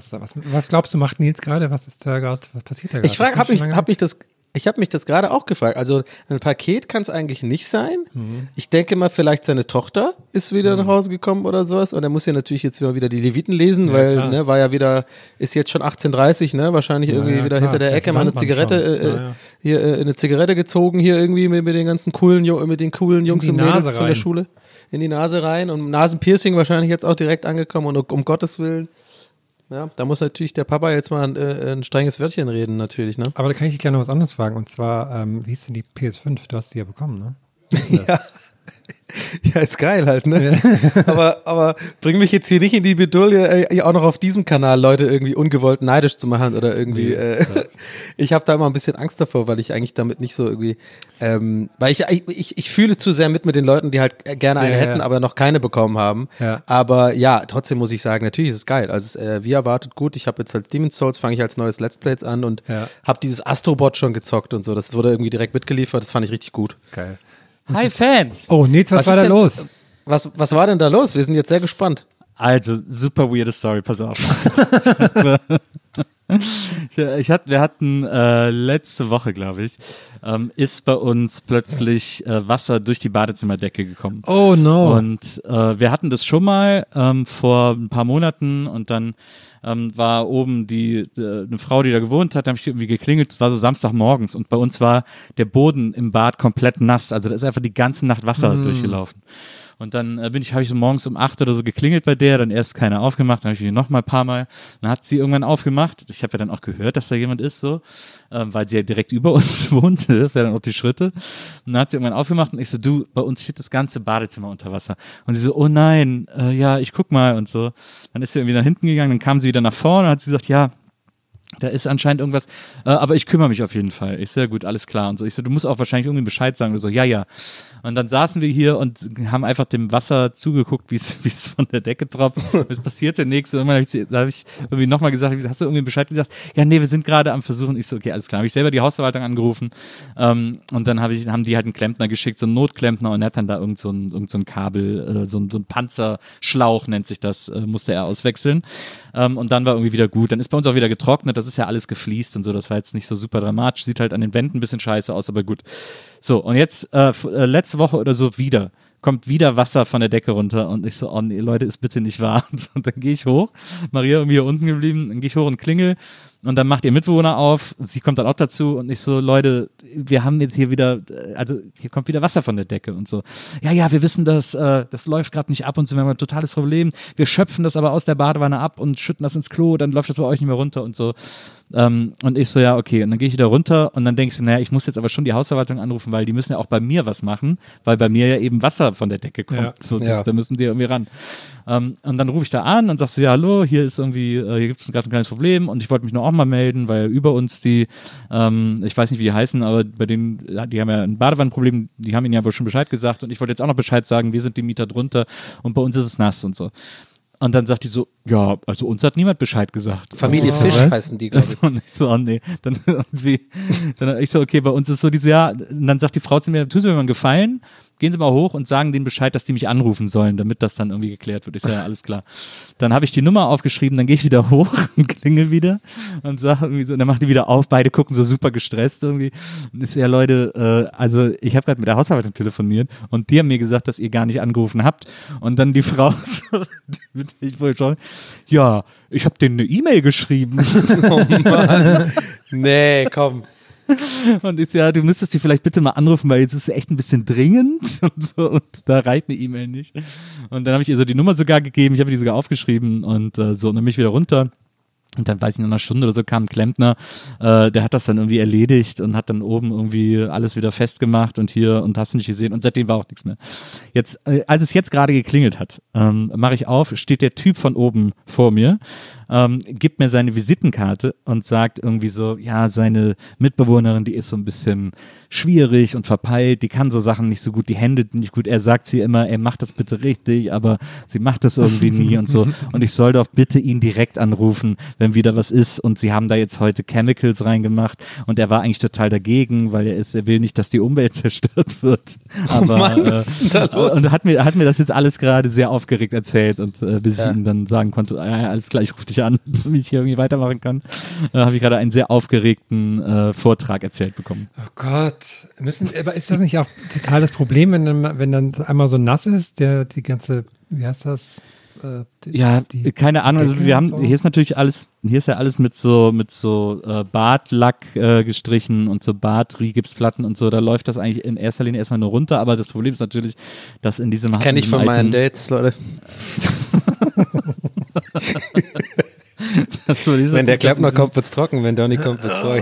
Was glaubst du, macht Nils gerade? Was passiert da gerade? Ich habe mich das gerade auch gefragt. Also ein Paket kann es eigentlich nicht sein. Ich denke mal, vielleicht seine Tochter ist wieder nach Hause gekommen oder sowas. Und er muss ja natürlich jetzt wieder die Leviten lesen, weil, ne, war ja wieder, ist jetzt schon 18:30, ne, wahrscheinlich irgendwie wieder hinter der Ecke mal eine Zigarette, eine Zigarette gezogen hier irgendwie mit den ganzen coolen Jungs und Mädels von der Schule. In die Nase rein und Nasenpiercing wahrscheinlich jetzt auch direkt angekommen und um Gottes Willen. Ja, da muss natürlich der Papa jetzt mal ein strenges Wörtchen reden, natürlich, ne? Aber da kann ich dich gleich noch was anderes fragen. Und zwar, wie hieß denn die PS5? Du hast die ja bekommen, ne? Ja. Ja, ist geil halt, ne? Aber bring mich jetzt hier nicht in die Bedouille, auch noch auf diesem Kanal Leute irgendwie ungewollt neidisch zu machen oder irgendwie. Ich habe da immer ein bisschen Angst davor, weil ich eigentlich damit nicht so irgendwie, weil ich fühle zu sehr mit den Leuten, die halt gerne eine hätten, aber noch keine bekommen haben. Ja. Aber ja, trotzdem muss ich sagen, natürlich ist es geil. Also wie erwartet gut. Ich habe jetzt halt Demon's Souls, fange ich als neues Let's Plays an und habe dieses Astrobot schon gezockt und so. Das wurde irgendwie direkt mitgeliefert. Das fand ich richtig gut. Geil. Hi Fans! Oh, Nils, was war da los? Was war denn da los? Wir sind jetzt sehr gespannt. Also, super weirde Story, pass auf. Wir hatten letzte Woche, glaube ich, ist bei uns plötzlich Wasser durch die Badezimmerdecke gekommen. Oh no. Und wir hatten das schon mal vor ein paar Monaten und dann war oben eine Frau, die da gewohnt hat, da habe ich irgendwie geklingelt, es war so Samstagmorgens und bei uns war der Boden im Bad komplett nass, also da ist einfach die ganze Nacht Wasser durchgelaufen. Und dann habe ich so morgens um 8 oder so geklingelt bei der, dann erst keiner aufgemacht, dann habe ich noch mal ein paar Mal. Dann hat sie irgendwann aufgemacht. Ich habe ja dann auch gehört, dass da jemand ist, so, weil sie ja direkt über uns wohnt. Das ist ja dann auch die Schritte. Und dann hat sie irgendwann aufgemacht und ich so, du, bei uns steht das ganze Badezimmer unter Wasser. Und sie so, oh nein, ja, ich guck mal und so. Dann ist sie irgendwie nach hinten gegangen, dann kam sie wieder nach vorne und hat sie gesagt, ja, Da ist anscheinend irgendwas, aber ich kümmere mich auf jeden Fall. Ich so, ja gut, alles klar. Und so, ich so, du musst auch wahrscheinlich irgendwie Bescheid sagen. Und so, ja. Und dann saßen wir hier und haben einfach dem Wasser zugeguckt, wie es von der Decke tropft. Es passierte nichts. Und irgendwann habe ich irgendwie nochmal gesagt, hast du irgendwie Bescheid gesagt? Ja, nee, wir sind gerade am Versuchen. Ich so, okay, alles klar. Habe ich selber die Hausverwaltung angerufen. Und dann haben die halt einen Klempner geschickt, so einen Notklempner, und er hat dann da irgend so ein Kabel, so ein Panzerschlauch nennt sich das, musste er auswechseln. Und dann war irgendwie wieder gut. Dann ist bei uns auch wieder getrocknet, das ist ja alles gefliest und so, das war jetzt nicht so super dramatisch, sieht halt an den Wänden ein bisschen scheiße aus, aber gut. So, und jetzt letzte Woche oder so kommt wieder Wasser von der Decke runter und ich so, oh nee, Leute, ist bitte nicht wahr. Und dann gehe ich hoch, Maria irgendwie hier unten geblieben, dann gehe ich hoch und klingel und dann macht ihr Mitbewohner auf, sie kommt dann auch dazu und ich so, Leute, wir haben jetzt hier wieder, also hier kommt wieder Wasser von der Decke und so. Ja, wir wissen das läuft gerade nicht ab und so, wir haben ein totales Problem, wir schöpfen das aber aus der Badewanne ab und schütten das ins Klo, dann läuft das bei euch nicht mehr runter und so. Und ich so, ja, okay. Und dann gehe ich wieder runter und dann denke ich so, naja, ich muss jetzt aber schon die Hausverwaltung anrufen, weil die müssen ja auch bei mir was machen, weil bei mir ja eben Wasser von der Decke kommt. Ja. So, da müssen die irgendwie ran. Und dann rufe ich da an und sagst so, ja, hallo, hier ist irgendwie, hier gibt es gerade ein kleines Problem und ich wollte mich nur auch mal melden, weil über uns die, ich weiß nicht, wie die heißen, aber bei denen, die haben ja ein Badewannenproblem, die haben ihnen ja wohl schon Bescheid gesagt und ich wollte jetzt auch noch Bescheid sagen, wir sind die Mieter drunter und bei uns ist es nass und so. Und dann sagt die so, ja, also uns hat niemand Bescheid gesagt. Familie Fisch heißen die, glaube ich. Und ich so, oh nee. Dann ich so, okay, bei uns ist so diese, ja, und dann sagt die Frau zu mir, tun Sie mir mal einen Gefallen, gehen Sie mal hoch und sagen denen Bescheid, dass die mich anrufen sollen, damit das dann irgendwie geklärt wird. Ich so, ja, alles klar. Dann habe ich die Nummer aufgeschrieben, dann gehe ich wieder hoch und klingel wieder und sage irgendwie so, und dann macht die wieder auf, beide gucken so super gestresst irgendwie. Und ich so, ja Leute, also ich habe gerade mit der Hausverwaltung telefoniert und die haben mir gesagt, dass ihr gar nicht angerufen habt. Und dann die Frau, so, ich wollte schon, ja, ich habe denen eine E-Mail geschrieben. Oh Mann. Nee, komm. Und ich so, ja, du müsstest die vielleicht bitte mal anrufen, weil jetzt ist es echt ein bisschen dringend und so, und da reicht eine E-Mail nicht. Und dann habe ich ihr so die Nummer sogar gegeben, ich habe die sogar aufgeschrieben und so, und dann bin ich wieder runter. Und dann, weiß ich, in einer Stunde oder so kam ein Klempner, der hat das dann irgendwie erledigt und hat dann oben irgendwie alles wieder festgemacht und hier und hast du nicht gesehen und seitdem war auch nichts mehr. Jetzt, als es jetzt gerade geklingelt hat, mache ich auf, steht der Typ von oben vor mir, gibt mir seine Visitenkarte und sagt irgendwie so, ja, seine Mitbewohnerin, die ist so ein bisschen schwierig und verpeilt, die kann so Sachen nicht so gut, die handelt nicht gut. Er sagt sie immer, macht das bitte richtig, aber sie macht das irgendwie nie und so. Und ich soll doch bitte ihn direkt anrufen, wenn wieder was ist. Und sie haben da jetzt heute Chemicals reingemacht und er war eigentlich total dagegen, weil er will nicht, dass die Umwelt zerstört wird. Aber, Mann, was ist denn da los? Und hat mir das jetzt alles gerade sehr aufgeregt erzählt und bis ich ihm dann sagen konnte, alles klar, ich rufe dich an, damit ich hier irgendwie weitermachen kann, habe ich gerade einen sehr aufgeregten Vortrag erzählt bekommen. Oh Gott. Aber ist das nicht auch total das Problem, wenn dann einmal so nass ist, die ganze, wie heißt das? Keine Ahnung, also wir haben, so? hier ist natürlich alles, hier ist ja alles mit so Badlack gestrichen und so Badrigipsplatten und so, da läuft das eigentlich in erster Linie erstmal nur runter, aber das Problem ist natürlich, dass in diesem Kenn ich von meinen Dates, Leute. Wenn der Klempner kommt, wird's trocken, wenn Donny kommt, wird's feucht.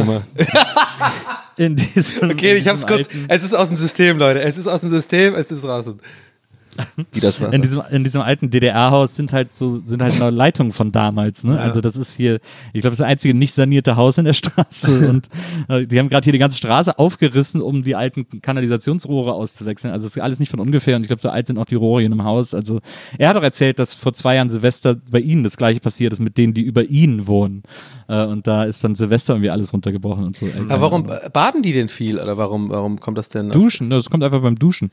Okay, ich hab's kurz. Es ist aus dem System, Leute. Es ist aus dem System, es ist draußen. Wie das Wasser. In diesem alten DDR-Haus sind halt noch Leitungen von damals, ne? Ja. Also das ist hier, ich glaube, das einzige nicht sanierte Haus in der Straße und die haben gerade hier die ganze Straße aufgerissen, um die alten Kanalisationsrohre auszuwechseln. Also das ist alles nicht von ungefähr und ich glaube, so alt sind auch die Rohre hier in einem Haus. Also er hat doch erzählt, dass vor 2 Jahren Silvester bei ihnen das gleiche passiert ist mit denen, die über ihn wohnen. Und da ist dann Silvester irgendwie alles runtergebrochen und so. Aber warum baden die denn viel oder warum kommt das denn? Duschen, das kommt einfach beim Duschen.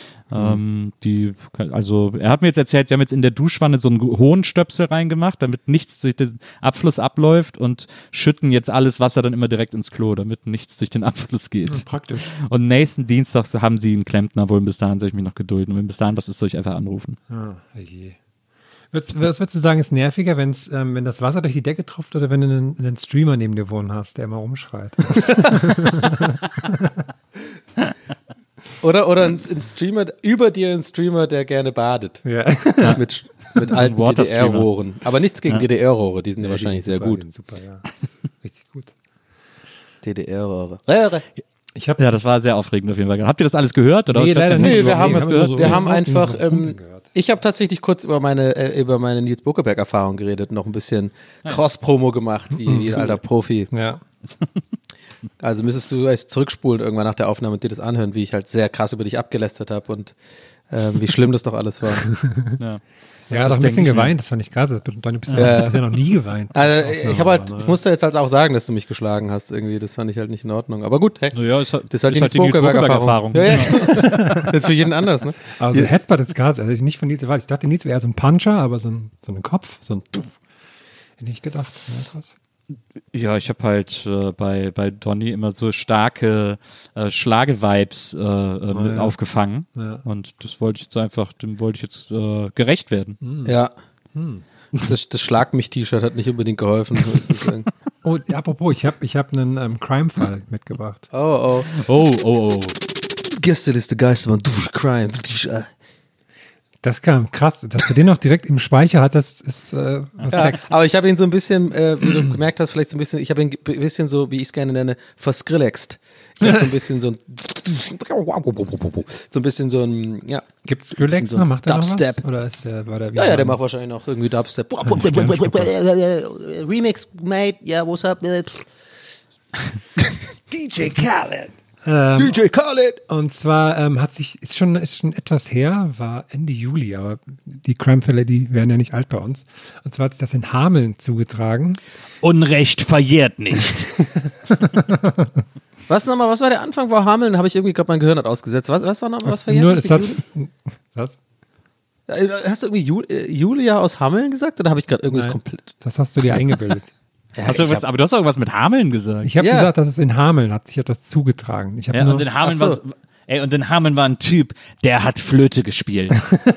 Also er hat mir jetzt erzählt, sie haben jetzt in der Duschwanne so einen hohen Stöpsel reingemacht, damit nichts durch den Abfluss abläuft und schütten jetzt alles Wasser dann immer direkt ins Klo, damit nichts durch den Abfluss geht. Ja, praktisch. Und nächsten Dienstag haben sie einen Klempner, wohl bis dahin soll ich mich noch gedulden. Und wenn bis dahin was ist, soll ich einfach anrufen. Je. Was würdest du sagen, ist nerviger, wenn das Wasser durch die Decke tropft oder wenn du einen Streamer neben dir wohnen hast, der immer rumschreit? Oder ein Streamer, über dir ein Streamer, der gerne badet. Ja. Mit alten DDR-Rohren. Aber nichts gegen DDR-Rohre, die sind ja wahrscheinlich sehr gut. Super, ja. Richtig gut. DDR-Rohre. Das war sehr aufregend auf jeden Fall. Habt ihr das alles gehört? Oder Nee, leider nicht. Nee, wir haben was gehört. Wir haben einfach Ich habe tatsächlich kurz über meine Nils Buckeberg-Erfahrung geredet, noch ein bisschen Cross-Promo gemacht, wie ein alter Profi. Ja. Also müsstest du erst zurückspulen irgendwann nach der Aufnahme und dir das anhören, wie ich halt sehr krass über dich abgelästert habe und wie schlimm das doch alles war. Ja. Ja, doch ein bisschen geweint, das fand ich krass. Du bist ja noch nie geweint. Also ich musste jetzt halt auch sagen, dass du mich geschlagen hast irgendwie. Das fand ich halt nicht in Ordnung. Aber gut, hey, Naja, das ist halt die Nils Buckeberg-Erfahrung. Ja. Jetzt für jeden anders, ne? Aber so Headbutt ist krass. Also ich nicht von Nils erwartet. Ich dachte, Nils wäre eher so ein Puncher, aber so ein Kopf, so ein Tuff. Hätte ich gedacht. Ja, krass. Ja, ich habe halt bei Donny immer so starke Schlage-Vibes aufgefangen. Ja. Und das wollte ich jetzt einfach, dem wollte ich jetzt gerecht werden. Ja. Das Schlag mich-T-Shirt hat nicht unbedingt geholfen. Muss ich sagen. Oh, apropos, ich hab einen Crime-Fall mitgebracht. Oh. Gästeliste Geistermann, Crime. Das kam krass, dass du den noch direkt im Speicher hattest, ist Respekt. Ja, aber ich habe ihn so ein bisschen, wie du gemerkt hast, vielleicht so ein bisschen, ich habe ihn ein bisschen so, wie ich es gerne nenne, verskrillext. Ich habe so ein bisschen so ein, ja. Gibt's Skrillex so noch? Macht der Dubstep. noch was? Oder ist der der macht wahrscheinlich noch irgendwie Dubstep. Remix, mate. Yeah, what's up? DJ Khaled. DJ Khaled! Und zwar ist schon etwas her, war Ende Juli, aber die Crime-Fälle, die werden ja nicht alt bei uns. Und zwar hat sich das in Hameln zugetragen. Unrecht verjährt nicht. Was war der Anfang vor Hameln? Habe ich irgendwie gerade mein Gehirn hat ausgesetzt. Was war nochmal was verjährt? Was? Hast du irgendwie Julia aus Hameln gesagt? Oder habe ich gerade irgendwas komplett? Das hast du dir eingebildet. Ja, aber du hast doch irgendwas mit Hameln gesagt. Ich habe gesagt, dass es in Hameln hat sich etwas zugetragen. Und in Hameln war ein Typ, der hat Flöte gespielt.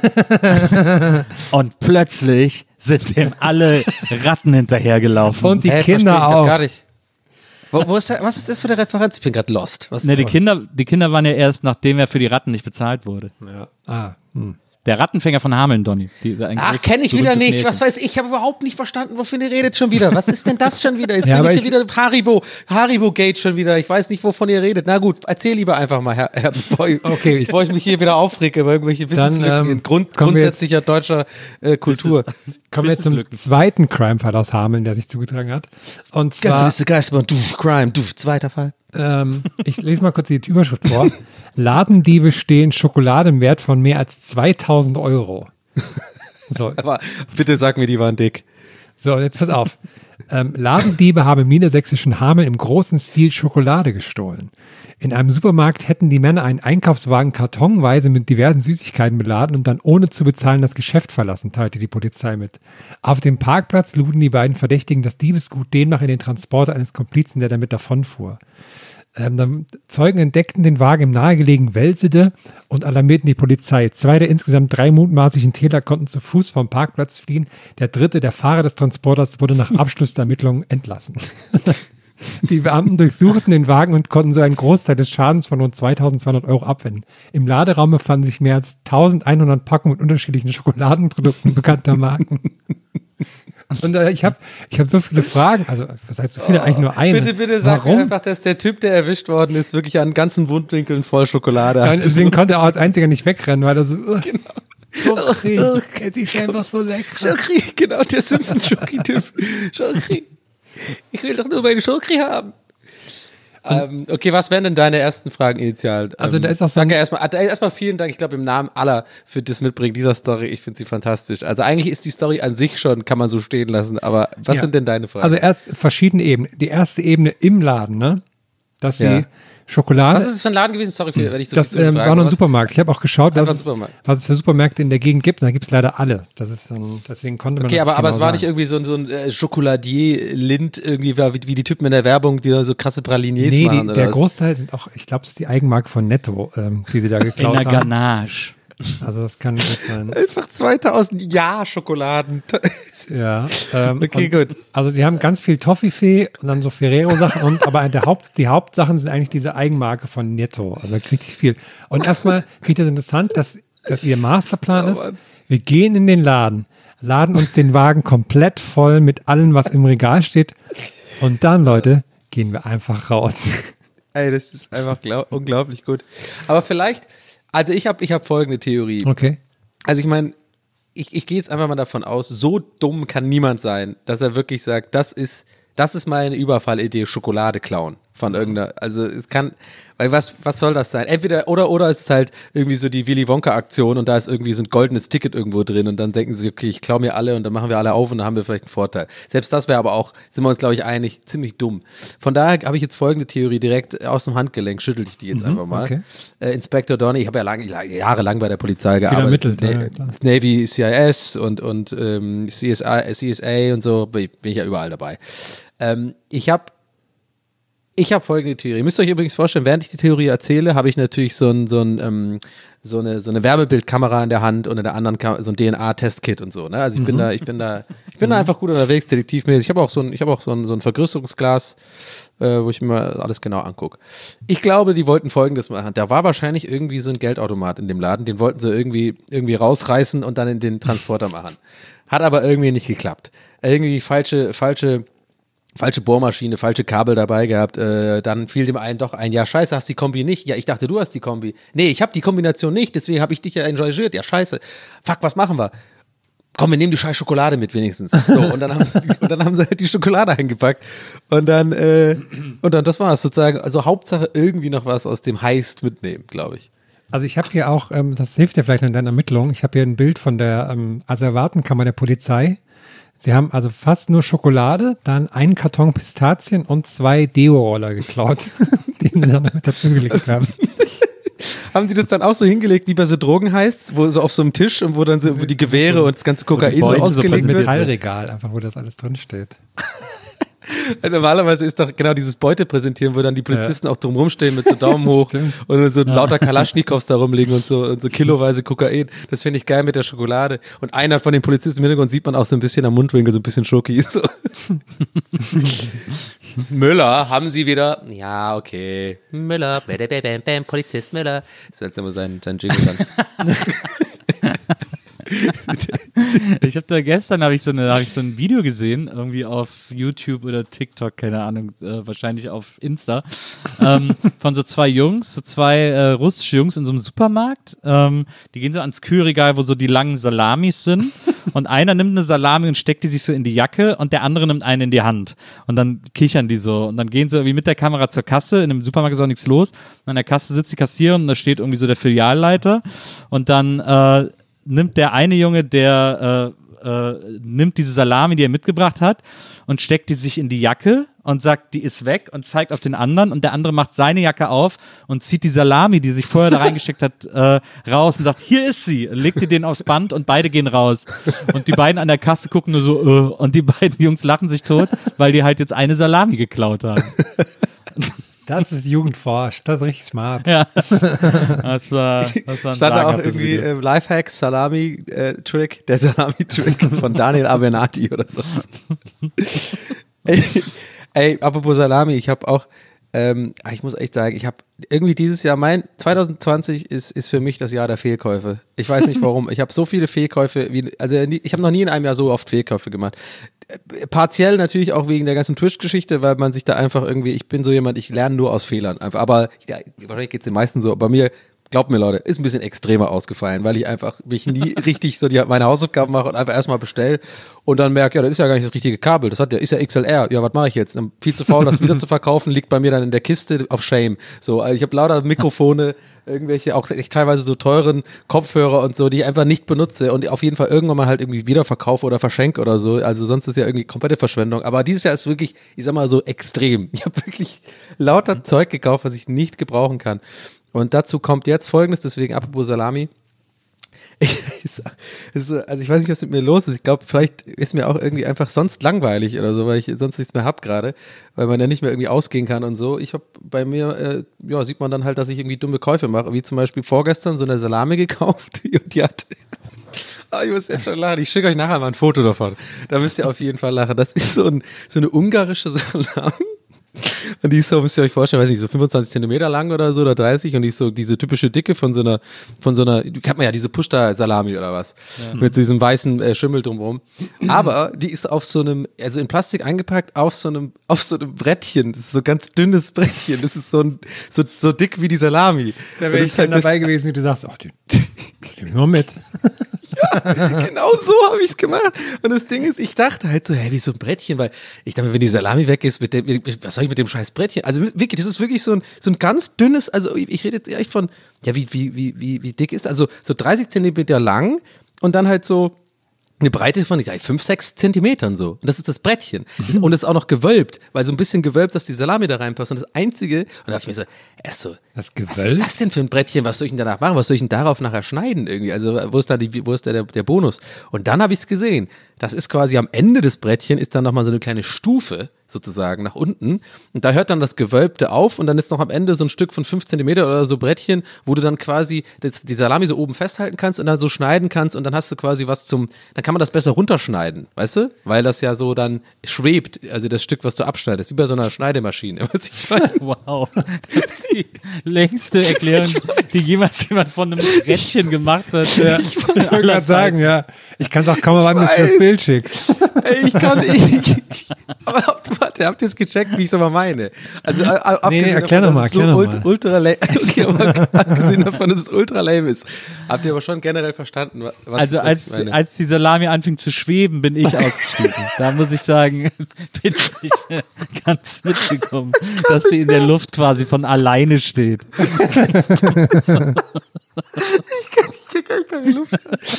Und plötzlich sind dem alle Ratten hinterhergelaufen. Und die Kinder auch. Gar nicht. Was ist das für eine Referenz? Ich bin gerade lost. Die Kinder waren ja erst, nachdem er für die Ratten nicht bezahlt wurde. Ja. Der Rattenfänger von Hameln, Donny. Kenne ich wieder nicht. Was weiß ich? Ich habe überhaupt nicht verstanden, wovon ihr redet schon wieder. Was ist denn das schon wieder? Jetzt bin ich hier wieder Haribo-Gate schon wieder. Ich weiß nicht, wovon ihr redet. Na gut, erzähl lieber einfach mal, Herr bevor ich mich hier wieder aufrege über irgendwelche Wissenslücken grundsätzlicher deutscher Kultur. Kommen wir jetzt zum zweiten Crime-Fall aus Hameln, der sich zugetragen hat. Und zwar, Gästeliste Geistermann, Crime, zweiter Fall. Ich lese mal kurz die Überschrift vor. Ladendiebe stehlen Schokolade im Wert von mehr als 2000 Euro. So. Aber bitte sag mir, die waren dick. So, jetzt pass auf. Ladendiebe haben im niedersächsischen Hameln im großen Stil Schokolade gestohlen. In einem Supermarkt hätten die Männer einen Einkaufswagen kartonweise mit diversen Süßigkeiten beladen und dann ohne zu bezahlen das Geschäft verlassen, teilte die Polizei mit. Auf dem Parkplatz luden die beiden Verdächtigen das Diebesgut demnach in den Transporter eines Komplizen, der damit davonfuhr. Zeugen entdeckten den Wagen im nahegelegenen Welsede und alarmierten die Polizei. 2 der insgesamt 3 mutmaßlichen Täter konnten zu Fuß vom Parkplatz fliehen. Der 3., der Fahrer des Transporters, wurde nach Abschluss der Ermittlungen entlassen. Die Beamten durchsuchten den Wagen und konnten so einen Großteil des Schadens von rund 2.200 Euro abwenden. Im Laderaum befanden sich mehr als 1.100 Packungen mit unterschiedlichen Schokoladenprodukten bekannter Marken. Und ich hab so viele Fragen, also was heißt so viele, eigentlich nur eine. Bitte sag mir einfach, dass der Typ, der erwischt worden ist, wirklich an ganzen Mundwinkeln voll Schokolade hat. Ja, deswegen konnte er auch als einziger nicht wegrennen, weil er so, Schoki, es ist einfach so lecker. Schoki, genau, der Simpsons-Schoki-Typ. Schoki. Ich will doch nur meine Schoki haben. Okay, was wären denn deine ersten Fragen initial? Also da ist auch so. Danke erstmal vielen Dank, ich glaube im Namen aller für das Mitbringen dieser Story. Ich finde sie fantastisch. Also eigentlich ist die Story an sich schon, kann man so stehen lassen, aber was sind denn deine Fragen? Also erst verschiedene Ebenen. Die erste Ebene im Laden, ne? Dass sie Schokolade. Was ist es für ein Laden gewesen? Sorry, wenn ich so das viel war noch ein Supermarkt. Ich habe auch geschaut, was es für Supermärkte in der Gegend gibt. Da gibt es leider alle. Das ist deswegen konnte man. Okay, das aber es war sagen. nicht irgendwie so ein Schokoladier-Lind, irgendwie wie die Typen in der Werbung, die da so krasse Praliniers machen. Der Großteil sind auch, ich glaube, es ist die Eigenmarke von Netto, die sie da geklaut haben. In der Ganache. Also das kann gut sein. Einfach 2000 Schokoladen. Ja. Okay, gut. Also sie haben ganz viel Toffifee und dann so Ferrero-Sachen aber die Hauptsachen sind eigentlich diese Eigenmarke von Netto. Also richtig viel. Und erstmal finde ich das interessant, dass ihr Masterplan ist, wir gehen in den Laden, laden uns den Wagen komplett voll mit allem, was im Regal steht und dann, Leute, gehen wir einfach raus. Ey, das ist einfach unglaublich gut. Aber vielleicht, also ich hab folgende Theorie. Okay. Also ich meine, ich gehe jetzt einfach mal davon aus, so dumm kann niemand sein, dass er wirklich sagt, das ist meine Überfallidee, Schokolade klauen von irgendeiner, also es kann, weil was soll das sein? Entweder, oder es ist halt irgendwie so die Willy Wonka-Aktion und da ist irgendwie so ein goldenes Ticket irgendwo drin und dann denken sie, okay, ich klaue mir alle und dann machen wir alle auf und dann haben wir vielleicht einen Vorteil. Selbst das wäre aber auch, sind wir uns, glaube ich, einig, ziemlich dumm. Von daher habe ich jetzt folgende Theorie direkt aus dem Handgelenk, schüttel ich die jetzt einfach mal. Okay. Inspector Donny, ich habe ja jahrelang bei der Polizei gearbeitet. Das Navy, CIS und CSA und so, bin ich ja überall dabei. Ich habe folgende Theorie. Ihr müsst euch übrigens vorstellen, während ich die Theorie erzähle, habe ich natürlich so eine Wärmebildkamera in der Hand und in der anderen so ein DNA-Testkit und so. Ne? Also ich bin da einfach gut unterwegs, detektivmäßig. Ich habe auch so ein Vergrößerungsglas, wo ich mir alles genau angucke. Ich glaube, die wollten Folgendes machen. Da war wahrscheinlich irgendwie so ein Geldautomat in dem Laden. Den wollten sie irgendwie rausreißen und dann in den Transporter machen. Hat aber irgendwie nicht geklappt. Irgendwie falsche Bohrmaschine, falsche Kabel dabei gehabt, dann fiel dem einen doch ein, ja scheiße, hast die Kombi nicht? Ja, ich dachte, du hast die Kombi. Nee, ich habe die Kombination nicht, deswegen habe ich dich ja engagiert. Ja scheiße, fuck, was machen wir? Komm, wir nehmen die scheiß Schokolade mit wenigstens. So, und dann haben sie halt die Schokolade eingepackt und dann, das war's sozusagen, also Hauptsache irgendwie noch was aus dem Heist mitnehmen, glaube ich. Also ich habe hier auch, das hilft dir vielleicht in deinen Ermittlungen, ich habe hier ein Bild von der Asservatenkammer der Polizei. Sie haben also fast nur Schokolade, dann einen Karton Pistazien und 2 Deo-Roller geklaut, die sie dann mit dazu gelegt haben. Haben Sie das dann auch so hingelegt, wie bei so Drogenheists, wo so auf so einem Tisch und wo dann so die Gewehre und das ganze Kokain so ausgelegt so wird? Metallregal, einfach wo das alles drin steht. Normalerweise ist doch genau dieses Beute präsentieren, wo dann die Polizisten auch drumherum stehen mit so Daumen hoch und so lauter Kalaschnikows da rumliegen und so kiloweise Kokain. Das finde ich geil mit der Schokolade. Und einer von den Polizisten im Hintergrund sieht man auch so ein bisschen am Mundwinkel, so ein bisschen Schoki. So. Müller, haben Sie wieder? Ja, okay. Müller, Polizist Müller. Das ist jetzt immer sein Jingle dann. Ich habe gestern habe ich so ein Video gesehen, irgendwie auf YouTube oder TikTok, keine Ahnung, wahrscheinlich auf Insta, von so zwei russische Jungs in so einem Supermarkt. Die gehen so ans Kühlregal, wo so die langen Salamis sind und einer nimmt eine Salami und steckt die sich so in die Jacke und der andere nimmt eine in die Hand und dann kichern die so und dann gehen sie irgendwie mit der Kamera zur Kasse, in dem Supermarkt ist auch nichts los und an der Kasse sitzt die Kassiererin und da steht irgendwie so der Filialleiter und dann nimmt der eine Junge, der nimmt diese Salami, die er mitgebracht hat und steckt die sich in die Jacke und sagt, die ist weg und zeigt auf den anderen und der andere macht seine Jacke auf und zieht die Salami, die sich vorher da reingesteckt hat, raus und sagt, hier ist sie, legt die den aufs Band und beide gehen raus und die beiden an der Kasse gucken nur so und die beiden Jungs lachen sich tot, weil die halt jetzt eine Salami geklaut haben. Das ist Jugendforsch, das ist richtig smart. Ja, das war ein stand da auch irgendwie Lifehack, Salami-Trick, der Salami-Trick von Daniel Abernathy oder so. Ey, apropos Salami, ich habe auch, ich muss echt sagen, ich habe irgendwie dieses Jahr, 2020 ist für mich das Jahr der Fehlkäufe. Ich weiß nicht warum. Ich habe so viele Fehlkäufe, ich habe noch nie in einem Jahr so oft Fehlkäufe gemacht. Partiell natürlich auch wegen der ganzen Twitch-Geschichte, weil man sich da einfach irgendwie, ich bin so jemand, ich lerne nur aus Fehlern. Einfach, aber wahrscheinlich geht es den meisten so. Bei mir, glaubt mir Leute, ist ein bisschen extremer ausgefallen, weil ich einfach mich nie richtig so meine Hausaufgaben mache und einfach erstmal bestelle und dann merke, ja, das ist ja gar nicht das richtige Kabel. Das ist ja XLR. Ja, was mache ich jetzt? Viel zu faul, das wieder zu verkaufen, liegt bei mir dann in der Kiste auf Shame. So, also ich habe lauter Mikrofone, irgendwelche auch echt teilweise so teuren Kopfhörer und so, die ich einfach nicht benutze und auf jeden Fall irgendwann mal halt irgendwie wieder verkaufe oder verschenke oder so. Also sonst ist ja irgendwie komplette Verschwendung. Aber dieses Jahr ist wirklich, ich sag mal so extrem. Ich habe wirklich lauter Zeug gekauft, was ich nicht gebrauchen kann. Und dazu kommt jetzt Folgendes, deswegen apropos Salami. Also ich weiß nicht, was mit mir los ist. Ich glaube, vielleicht ist mir auch irgendwie einfach sonst langweilig oder so, weil ich sonst nichts mehr habe gerade, weil man ja nicht mehr irgendwie ausgehen kann und so. Ich habe bei mir, sieht man dann halt, dass ich irgendwie dumme Käufe mache, wie zum Beispiel vorgestern so eine Salami gekauft und die hat... ich muss jetzt schon lachen. Ich schicke euch nachher mal ein Foto davon. Da müsst ihr auf jeden Fall lachen. Das ist so eine ungarische Salami. Und die ist so, müsst ihr euch vorstellen, weiß nicht, so 25 Zentimeter lang oder so, oder 30 und die ist so diese typische Dicke von so einer, kennt man ja, diese Pushta-Salami oder was, mit so diesem weißen Schimmel drumherum. Aber die ist auf so einem, also in Plastik eingepackt, auf so einem Brettchen, das ist so ein ganz dünnes Brettchen, das ist so dick wie die Salami. Da wäre ich halt dabei gewesen, wie du sagst, ach, die nehmen wir mit. Genau so habe ich es gemacht. Und das Ding ist, ich dachte halt so, wie so ein Brettchen, weil ich dachte, wenn die Salami weg ist, was soll ich mit dem scheiß Brettchen? Also wirklich, das ist wirklich so ein ganz dünnes, also ich rede jetzt echt von, wie dick ist, also so 30 Zentimeter lang und dann halt so eine Breite von 5, 6 Zentimetern so. Und das ist das Brettchen. Und das ist auch noch gewölbt, weil so ein bisschen gewölbt, dass die Salami da reinpasst. Und das Einzige, und da dachte ich mir so, was ist das denn für ein Brettchen? Was soll ich denn danach machen? Was soll ich denn darauf nachher schneiden irgendwie? Also wo ist der Bonus? Und dann habe ich es gesehen. Das ist quasi am Ende des Brettchen ist dann nochmal so eine kleine Stufe sozusagen nach unten. Und da hört dann das Gewölbte auf und dann ist noch am Ende so ein Stück von 5 Zentimeter oder so Brettchen, wo du dann quasi die Salami so oben festhalten kannst und dann so schneiden kannst und dann hast du quasi dann kann man das besser runterschneiden, weißt du? Weil das ja so dann schwebt, also das Stück, was du abschneidest, wie bei so einer Schneidemaschine. Was ich meine. Wow, das ist die längste Erklärung, die jemals jemand von einem Brettchen gemacht hat. Ich wollte gerade sagen, ja. Ich kann es auch kaum erwarten, dass du das Bild schickst. Aber habt ihr es gecheckt, wie ich es aber meine? Also, erklär nochmal. Ultra lame. Okay, aber abgesehen davon, dass es ultra lame ist. Habt ihr aber schon generell verstanden, was ich meine? Als die Salami anfing zu schweben, bin ich ausgestiegen. Da muss ich sagen, bin ich nicht mehr ganz mitgekommen, dass sie in der Luft quasi von alleine steht. Ich kann keine Luft.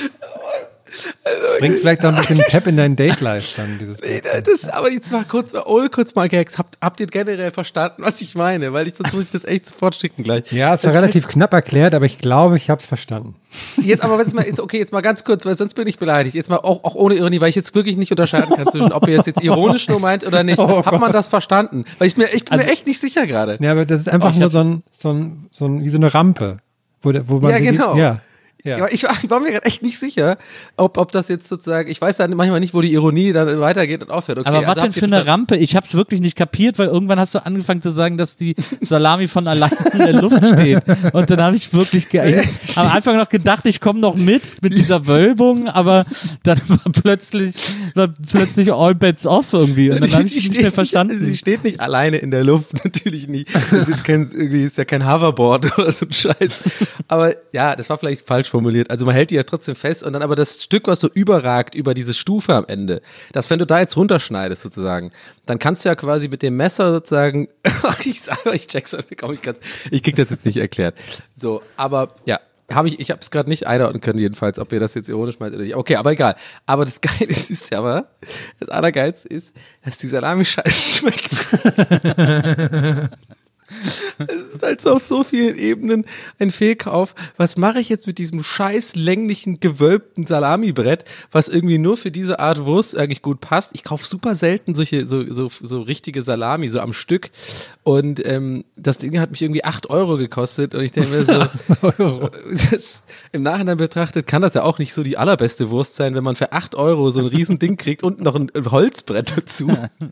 Bringt vielleicht auch ein bisschen Pep in dein Date-Life dann, dieses aber jetzt mal kurz mal Gags. Habt ihr generell verstanden, was ich meine? Weil sonst muss ich das echt sofort schicken gleich. Ja, es war relativ knapp erklärt, aber ich glaube, ich habe es verstanden. Jetzt mal ganz kurz, weil sonst bin ich beleidigt. Jetzt mal auch ohne Ironie, weil ich jetzt wirklich nicht unterscheiden kann zwischen, ob ihr jetzt ironisch nur meint oder nicht. Hat man das verstanden? Weil ich bin mir echt nicht sicher gerade. Ja, aber das ist einfach nur so ein wie so eine Rampe. Wo man ja, genau. Ja. Aber ich war mir gerade echt nicht sicher, ob das jetzt sozusagen, ich weiß dann manchmal nicht, wo die Ironie dann weitergeht und aufhört. Okay, aber was denn für eine Rampe? Ich habe es wirklich nicht kapiert, weil irgendwann hast du angefangen zu sagen, dass die Salami von allein in der Luft steht. Und dann habe ich wirklich am Anfang noch gedacht, ich komme noch mit dieser Wölbung, aber dann war plötzlich all bets off irgendwie. Und dann habe ich nicht mehr verstanden. Sie steht nicht alleine in der Luft, natürlich nicht. Das ist ja kein Hoverboard oder so ein Scheiß. Aber ja, das war vielleicht falsch formuliert. Also man hält die ja trotzdem fest und dann aber das Stück, was so überragt über diese Stufe am Ende, dass wenn du da jetzt runterschneidest sozusagen, dann kannst du ja quasi mit dem Messer sozusagen, ich check's, ich krieg das jetzt nicht erklärt. So, aber ja, ich habe es gerade nicht einordnen können jedenfalls, ob ihr das jetzt ironisch meint oder nicht. Okay, aber egal. Aber das Geile ist ja aber, das Allergeilste ist, dass die Salami-Scheiß schmeckt. Es ist halt auf so vielen Ebenen ein Fehlkauf. Was mache ich jetzt mit diesem scheiß länglichen, gewölbten Salamibrett, was irgendwie nur für diese Art Wurst eigentlich gut passt? Ich kaufe super selten solche so richtige Salami, so am Stück. Und das Ding hat mich irgendwie 8 Euro gekostet. Und ich denke mir so, im Nachhinein betrachtet kann das ja auch nicht so die allerbeste Wurst sein, wenn man für 8 Euro so ein riesen Ding kriegt und noch ein Holzbrett dazu.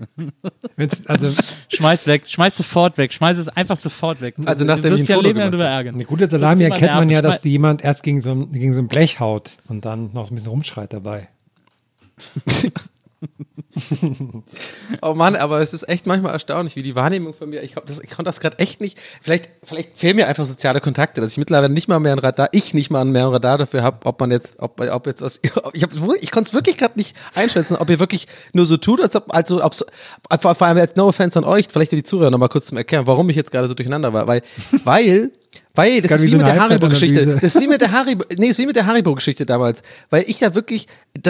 Schmeiß sofort weg, schmeiß es einfach sofort weg. Also nach dem Eine gute Salami erkennt man ja, dass die jemand erst gegen so ein Blech haut und dann noch so ein bisschen rumschreit dabei. Oh Mann, aber es ist echt manchmal erstaunlich, wie die Wahrnehmung von mir, ich konnte das gerade echt nicht, vielleicht fehlen mir einfach soziale Kontakte, dass ich mittlerweile nicht mal mehr ein Radar dafür habe, ob jetzt was, ich konnte es wirklich gerade nicht einschätzen, ob ihr wirklich nur so tut, vor allem jetzt no offense an euch, vielleicht für die Zuhörer nochmal kurz zum Erklären, warum ich jetzt gerade so durcheinander war, weil das ist wie mit der Haribo-Geschichte. Das ist wie mit der Haribo-Geschichte damals, weil ich ja wirklich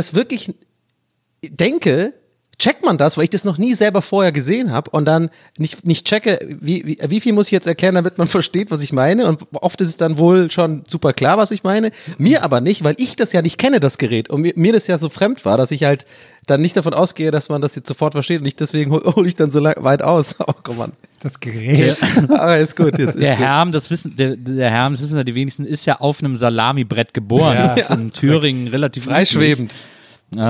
denke, checkt man das, weil ich das noch nie selber vorher gesehen habe und dann nicht checke, wie viel muss ich jetzt erklären, damit man versteht, was ich meine, und oft ist es dann wohl schon super klar, was ich meine, mir aber nicht, weil ich das ja nicht kenne, das Gerät, und mir das ja so fremd war, dass ich halt dann nicht davon ausgehe, dass man das jetzt sofort versteht und nicht deswegen hole ich dann so weit aus. Oh, komm an. Das Gerät. Aber ist gut. Der Herm, das wissen ja die wenigsten, ist ja auf einem Salamibrett geboren. Ja. Das ist in Thüringen relativ freischwebend.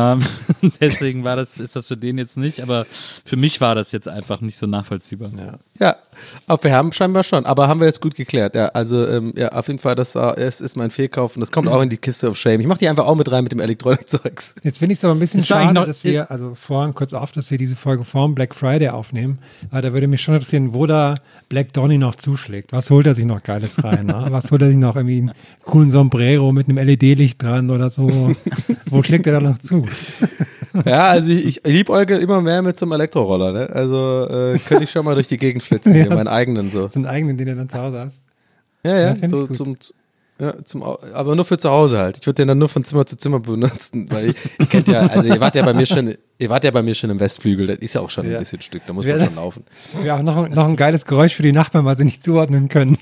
Deswegen ist das für den jetzt nicht, aber für mich war das jetzt einfach nicht so nachvollziehbar. Ja. Ja, auf Herm scheinbar schon, aber haben wir jetzt gut geklärt. Ja, also ja, auf jeden Fall, es ist mein Fehlkauf und das kommt auch in die Kiste of Shame. Ich mache die einfach auch mit rein mit dem Elektronik-Zeugs. Jetzt finde ich es aber ein bisschen Ist eigentlich schade, noch- dass wir, also vorhin kurz auf, dass wir diese Folge vorm Black Friday aufnehmen, weil da würde mich schon interessieren, wo da Black Donny noch zuschlägt. Was holt er sich noch Geiles rein? Ne? Was holt er sich noch irgendwie einen coolen Sombrero mit einem LED-Licht dran oder so? Wo schlägt er da noch zu? Ja, also ich liebäuge immer mehr mit so einem Elektroroller, ne? Also könnte ich schon mal durch die Gegend flitzen, hier, Ja. meinen eigenen so. Das sind eigenen, den du dann zu Hause hast. Ja, Ja, fänd ich so gut. aber nur für zu Hause halt. Ich würde den dann nur von Zimmer zu Zimmer benutzen, weil ich kennt ja, also ihr wart ja bei mir schon im Westflügel, das ist ja auch schon Ja. ein bisschen Stück, da muss Ja. man schon laufen. Ja, auch noch ein geiles Geräusch für die Nachbarn, weil sie nicht zuordnen können.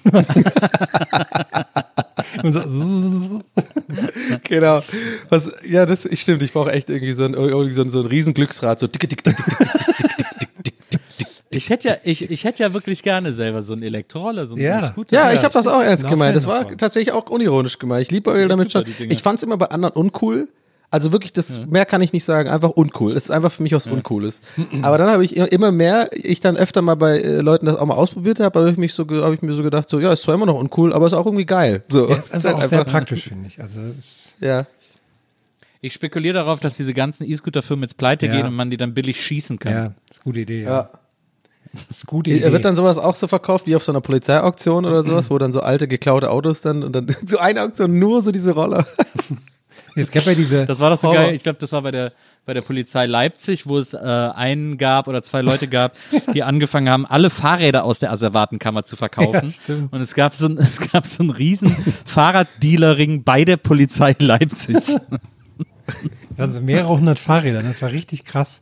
Und so, Genau. Das stimmt, ich brauche echt irgendwie so ein riesen Glücksrad, so tick, tick, tick, tick, tick, tick, tick, tick, tick. Ich hätte ja wirklich gerne selber so einen Elektroroller, so einen Ja. Scooter. Ja, ich habe das auch ernst bin auch gemeint. Fan Das war davon. tatsächlich auch unironisch gemeint. Ich liebe damit super, schon. die Dinger. Ich fand es immer bei anderen uncool. Also wirklich, mehr kann ich nicht sagen, einfach uncool. Es ist einfach für mich was Uncooles. Aber dann habe ich immer mehr, ich dann öfter mal bei Leuten das auch mal ausprobiert habe, habe ich mir so gedacht, so, ja, ist zwar immer noch uncool, aber ist auch irgendwie geil. So, ja, ist einfach auch sehr praktisch, finde ich. Also, ja. Ich spekuliere darauf, dass diese ganzen E-Scooter-Firmen jetzt pleite Ja. gehen und man die dann billig schießen kann. ja, ist eine gute Idee. Ja. Ja. Das ist eine gute Idee. Wird dann sowas auch so verkauft wie auf so einer Polizeiauktion oder sowas, wo dann so alte geklaute Autos dann und dann so eine Auktion nur so diese Roller. Jetzt gab ja diese. Das war doch so Horror. geil. Ich glaube, das war bei der Polizei Leipzig, wo es einen gab oder zwei Leute gab, die angefangen haben, alle Fahrräder aus der Asservatenkammer zu verkaufen. Ja, stimmt. Und es gab so einen riesen Fahrraddealerring bei der Polizei Leipzig. waren so mehrere hundert Fahrräder. Das war richtig krass.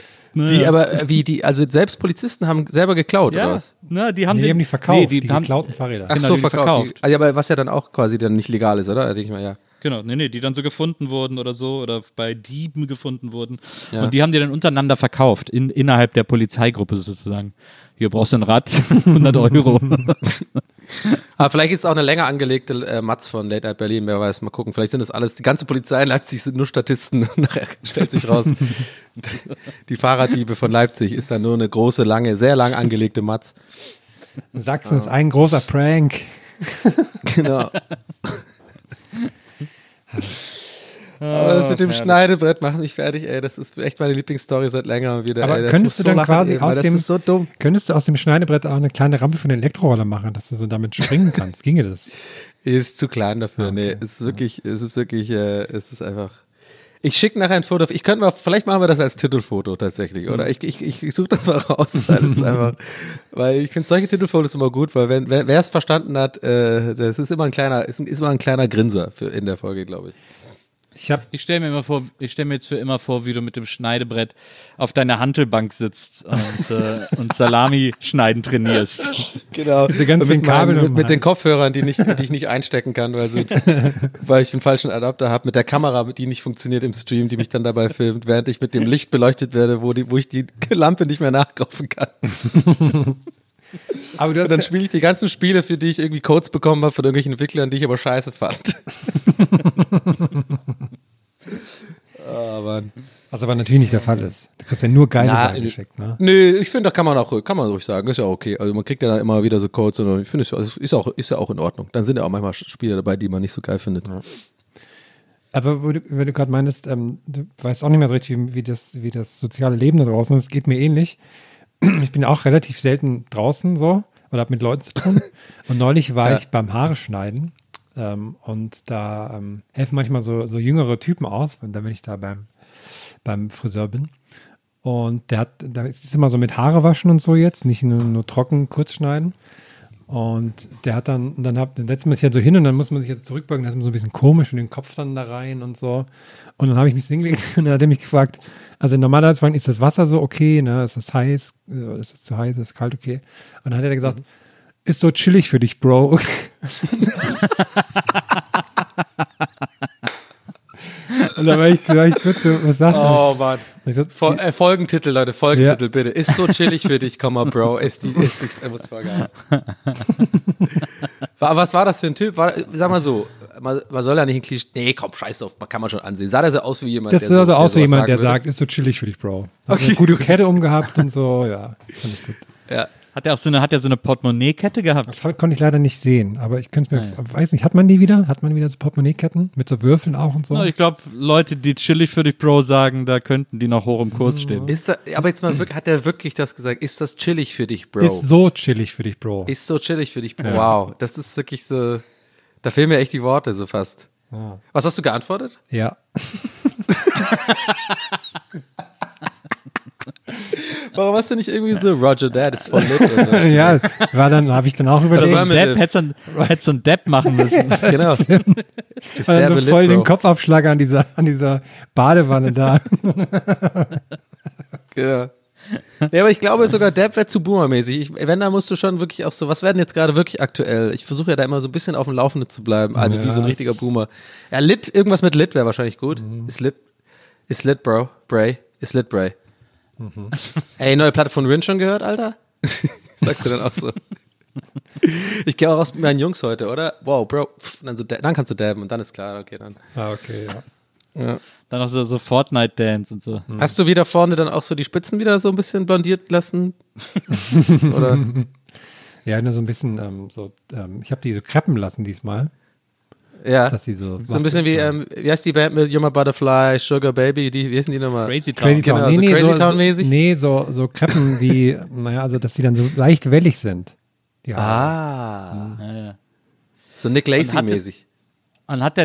Also selbst Polizisten haben selber geklaut, oder Ja, was? ne, die haben Die den- haben die verkauft, Nee, die die haben, geklauten Fahrräder. Ach Genau, so, die verkauft. Also, aber was ja dann auch quasi dann nicht legal ist, oder? Da denke ich mal, ja. Genau, nee, die dann so gefunden wurden oder so oder bei Dieben gefunden wurden. Ja. Und die haben die dann untereinander verkauft, innerhalb der Polizeigruppe sozusagen. Hier brauchst du ein Rad, 100 Euro. Aber vielleicht ist es auch eine länger angelegte Matz von Late Night Berlin, wer weiß, mal gucken. Vielleicht sind das alles, die ganze Polizei in Leipzig sind nur Statisten. Und nachher stellt sich raus, die Fahrraddiebe von Leipzig ist dann nur eine große, lange, sehr lang angelegte Matz. Sachsen ist ein großer Prank. Genau. Aber das mit dem Schneidebrett macht mich fertig, ey. Das ist echt meine Lieblingsstory seit längerem wieder. Aber ey. Das könntest muss du so dann lachen, quasi ey, weil aus das dem, ist so dumm. könntest du aus dem Schneidebrett auch eine kleine Rampe für den Elektroroller machen, dass du so damit springen kannst? Ginge das? Ist zu klein dafür. Nee, es ist einfach. Ich schicke nachher ein Foto. Vielleicht machen wir das als Titelfoto tatsächlich, oder? Ich suche das mal raus, weil ich finde solche Titelfotos immer gut, weil wer es verstanden hat, das ist immer ein kleiner Grinser in der Folge, glaube ich. Ich stelle mir jetzt für immer vor, wie du mit dem Schneidebrett auf deiner Hantelbank sitzt und Salami schneiden trainierst. Genau. Diese ganz vielen Kabel mit den Kopfhörern, die ich nicht einstecken kann, weil ich den falschen Adapter habe, mit der Kamera, die nicht funktioniert im Stream, die mich dann dabei filmt, während ich mit dem Licht beleuchtet werde, wo ich die Lampe nicht mehr nachkaufen kann. Aber du Und dann spiele ich die ganzen Spiele, für die ich irgendwie Codes bekommen habe von irgendwelchen Entwicklern, die ich aber scheiße fand. Mann. was aber natürlich nicht der Fall ist. Du kriegst ja nur geile Na, Sachen geschickt, ne? Nee, ich finde, da kann man ruhig sagen, ist ja okay. Also man kriegt ja dann immer wieder so Codes und ich finde, es ist ja auch in Ordnung. Dann sind ja auch manchmal Spiele dabei, die man nicht so geil findet. Ja. Aber wenn du gerade meinst, du weißt auch nicht mehr so richtig, wie das soziale Leben da draußen ist. Es geht mir ähnlich. Ich bin auch relativ selten draußen so oder habe mit Leuten zu tun. Und neulich war ich beim Haare schneiden und da helfen manchmal so jüngere Typen aus, wenn ich da beim Friseur bin. Und da ist es immer so mit Haare waschen und so jetzt, nicht nur trocken kurz schneiden. Und der hat dann setzt man sich halt so hin und dann muss man sich jetzt zurückbeugen, das ist immer so ein bisschen komisch und den Kopf dann da rein und so. Und dann habe ich mich so hingelegt und dann hat er mich gefragt, also normalerweise ist das Wasser so okay, ne, ist das heiß, ist das zu heiß, ist das kalt, okay. Und dann hat er gesagt, ist so chillig für dich, Bro. Und da war ich kurz so, was sagst du? Oh Mann. Ich so, Folgentitel, Leute, Folgentitel, bitte. Ist so chillig für dich, Bro. Ist muss voll geil. Was war das für ein Typ? Sag mal so, man soll ja nicht ein Klischee. Nee, komm, scheiß drauf, kann man schon ansehen. Sah der so aus wie jemand, das sah so aus wie jemand, der würde? sagt, ist so chillig für dich, Bro. Hat eine gute Kette umgehabt und so, ja, fand ich gut. Ja. Hat er so eine Portemonnaie-Kette gehabt? Das konnte ich leider nicht sehen, aber ich könnte mir, weiß nicht, hat man die wieder? Hat man wieder so Portemonnaie-Ketten mit so Würfeln auch und so? Na, ich glaube, Leute, die chillig für dich, Bro, sagen, da könnten die noch hoch im Kurs stehen. Aber jetzt mal, hat er wirklich das gesagt? Ist das chillig für dich, Bro? Ist so chillig für dich, Bro. Ist so chillig für dich, Bro. Wow, das ist wirklich so, da fehlen mir echt die Worte so fast. Ja. Was hast du geantwortet? Ja. Warum hast du nicht irgendwie so, Roger Dad ist voll lit? Oder? Ja, habe ich dann auch überlegt. war mit dem- Hätte so ein Depp machen müssen. Genau. Ist Also der so lit, voll Bro? den Kopfabschlag an dieser Badewanne da. Ja. Ja, aber ich glaube sogar Depp wäre zu boomermäßig. Wenn, da musst du schon wirklich auch so, was werden jetzt gerade wirklich aktuell? Ich versuche ja da immer so ein bisschen auf dem Laufenden zu bleiben, also wie so ein richtiger Boomer. Ja, Lit, irgendwas mit Lit wäre wahrscheinlich gut. Ist lit, Bro. Bray. Ist lit, Bray. Ey, neue Platte von Rin schon gehört, Alter? Sagst du dann auch so? Ich gehe auch raus mit meinen Jungs heute, oder? Wow, Bro. Pff, dann kannst du dabben und dann ist klar, okay, dann. Ah, okay, ja. Ja. Dann noch so Fortnite-Dance und so. Hast du wieder vorne dann auch so die Spitzen wieder so ein bisschen blondiert lassen? Oder? Ja, nur so ein bisschen, ich habe die so kreppen lassen diesmal, Ja. dass die so So ein bisschen wie heißt die Band mit You're My Butterfly, Sugar Baby, wie heißen die nochmal? Crazy Town. Crazy Town. Genau, so Crazy Town-mäßig? Nee, so Kreppen wie, naja, also dass die dann so leicht wellig sind. Die Haare. Ja. So Nick Lacey-mäßig. Und hat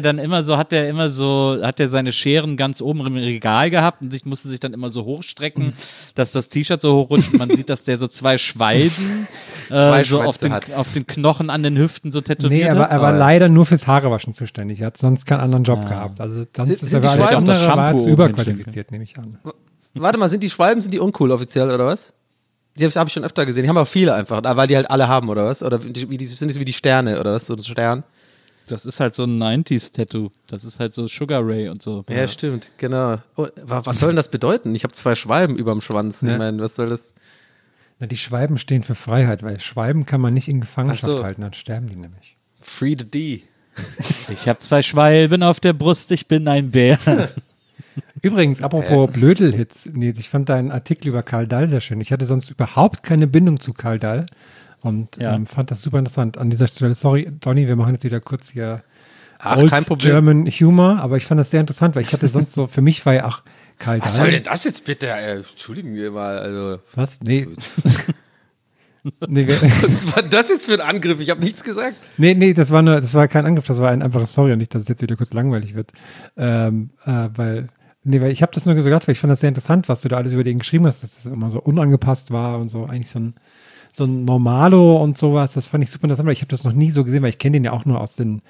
er seine Scheren ganz oben im Regal gehabt und musste sich dann immer so hochstrecken, dass das T-Shirt so hochrutscht und man sieht, dass der so zwei Schwalben so auf den Knochen an den Hüften so tätowiert Nee, hat. er war leider nur fürs Haarewaschen zuständig. Er hat sonst keinen anderen Job gehabt. Also sonst ist sind er die alles Schwalben andere, das war Shampoo jetzt oben überqualifiziert, nehme ich an. Warte mal, sind die Schwalben, sind die uncool offiziell oder was? Die habe ich schon öfter gesehen. Die haben aber viele einfach, weil die halt alle haben oder was? Oder sind die wie die Sterne oder was? So ein Stern? Das ist halt so ein 90s-Tattoo. Das ist halt so Sugar Ray und so. Ja, stimmt, genau. Oh, was soll denn das bedeuten? Ich habe 2 Schwalben überm Schwanz. Ja. Ich meine, was soll das? Na, die Schwalben stehen für Freiheit, weil Schwalben kann man nicht in Gefangenschaft Ach so. halten, dann sterben die nämlich. Free the D. Ich habe 2 Schwalben auf der Brust, ich bin ein Bär. Übrigens, apropos Blödel-Hits, Nils, ich fand deinen Artikel über Karl Dall sehr schön. Ich hatte sonst überhaupt keine Bindung zu Karl Dall und fand das super interessant. An dieser Stelle, sorry, Donny, wir machen jetzt wieder kurz hier Old kein Problem. German Humor, aber ich fand das sehr interessant, weil ich hatte sonst so, für mich war ja auch Karl Dall. Was soll denn das jetzt bitte? Entschuldigen wir mal, also. Was? Nee. Nee, Was war das jetzt für ein Angriff? Ich habe nichts gesagt. nee, das war kein Angriff, das war ein einfaches Sorry und nicht, dass es jetzt wieder kurz langweilig wird. Weil ich habe das nur so gedacht, weil ich fand das sehr interessant, was du da alles über den geschrieben hast, dass das immer so unangepasst war und so eigentlich so ein Normalo und sowas, das fand ich super interessant, weil ich habe das noch nie so gesehen, weil ich kenne den ja auch nur aus den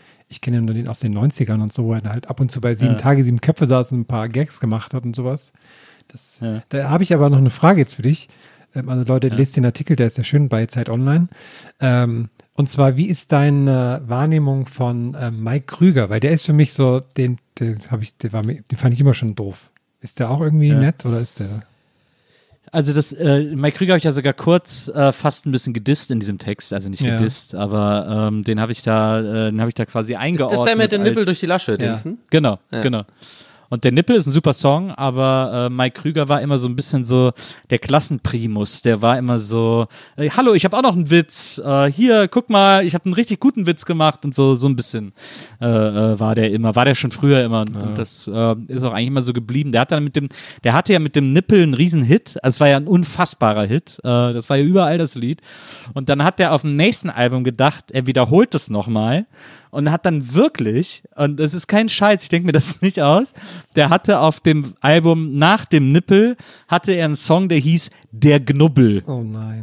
90ern und so, wo er halt ab und zu bei 7 Tage, 7 Köpfe saß und ein paar Gags gemacht hat und sowas. Da habe ich aber noch eine Frage jetzt für dich. Also Leute, lest den Artikel, der ist ja schön bei Zeit Online. Und zwar, wie ist deine Wahrnehmung von Mike Krüger? Weil der ist für mich so, den fand ich immer schon doof. Ist der auch irgendwie nett oder ist der? Also Mike Krüger habe ich ja sogar kurz fast ein bisschen gedisst in diesem Text, also nicht gedisst, aber den habe ich da quasi eingeordnet. Ist das der mit dem Nippel durch die Lasche, Dingsen? Genau. Und der Nippel ist ein super Song, aber Mike Krüger war immer so ein bisschen so der Klassenprimus. Der war immer so, hallo, ich habe auch noch einen Witz. Hier, guck mal, ich habe einen richtig guten Witz gemacht und so ein bisschen war der schon früher immer. Und das ist auch eigentlich immer so geblieben. Der hatte ja mit dem Nippel einen riesen Hit. Also es war ja ein unfassbarer Hit. Das war ja überall das Lied. Und dann hat der auf dem nächsten Album gedacht, er wiederholt es nochmal. Und hat dann wirklich, und es ist kein Scheiß, ich denke mir das nicht aus, der hatte auf dem Album nach dem Nippel, hatte er einen Song, der hieß Der Gnubbel. Oh nein.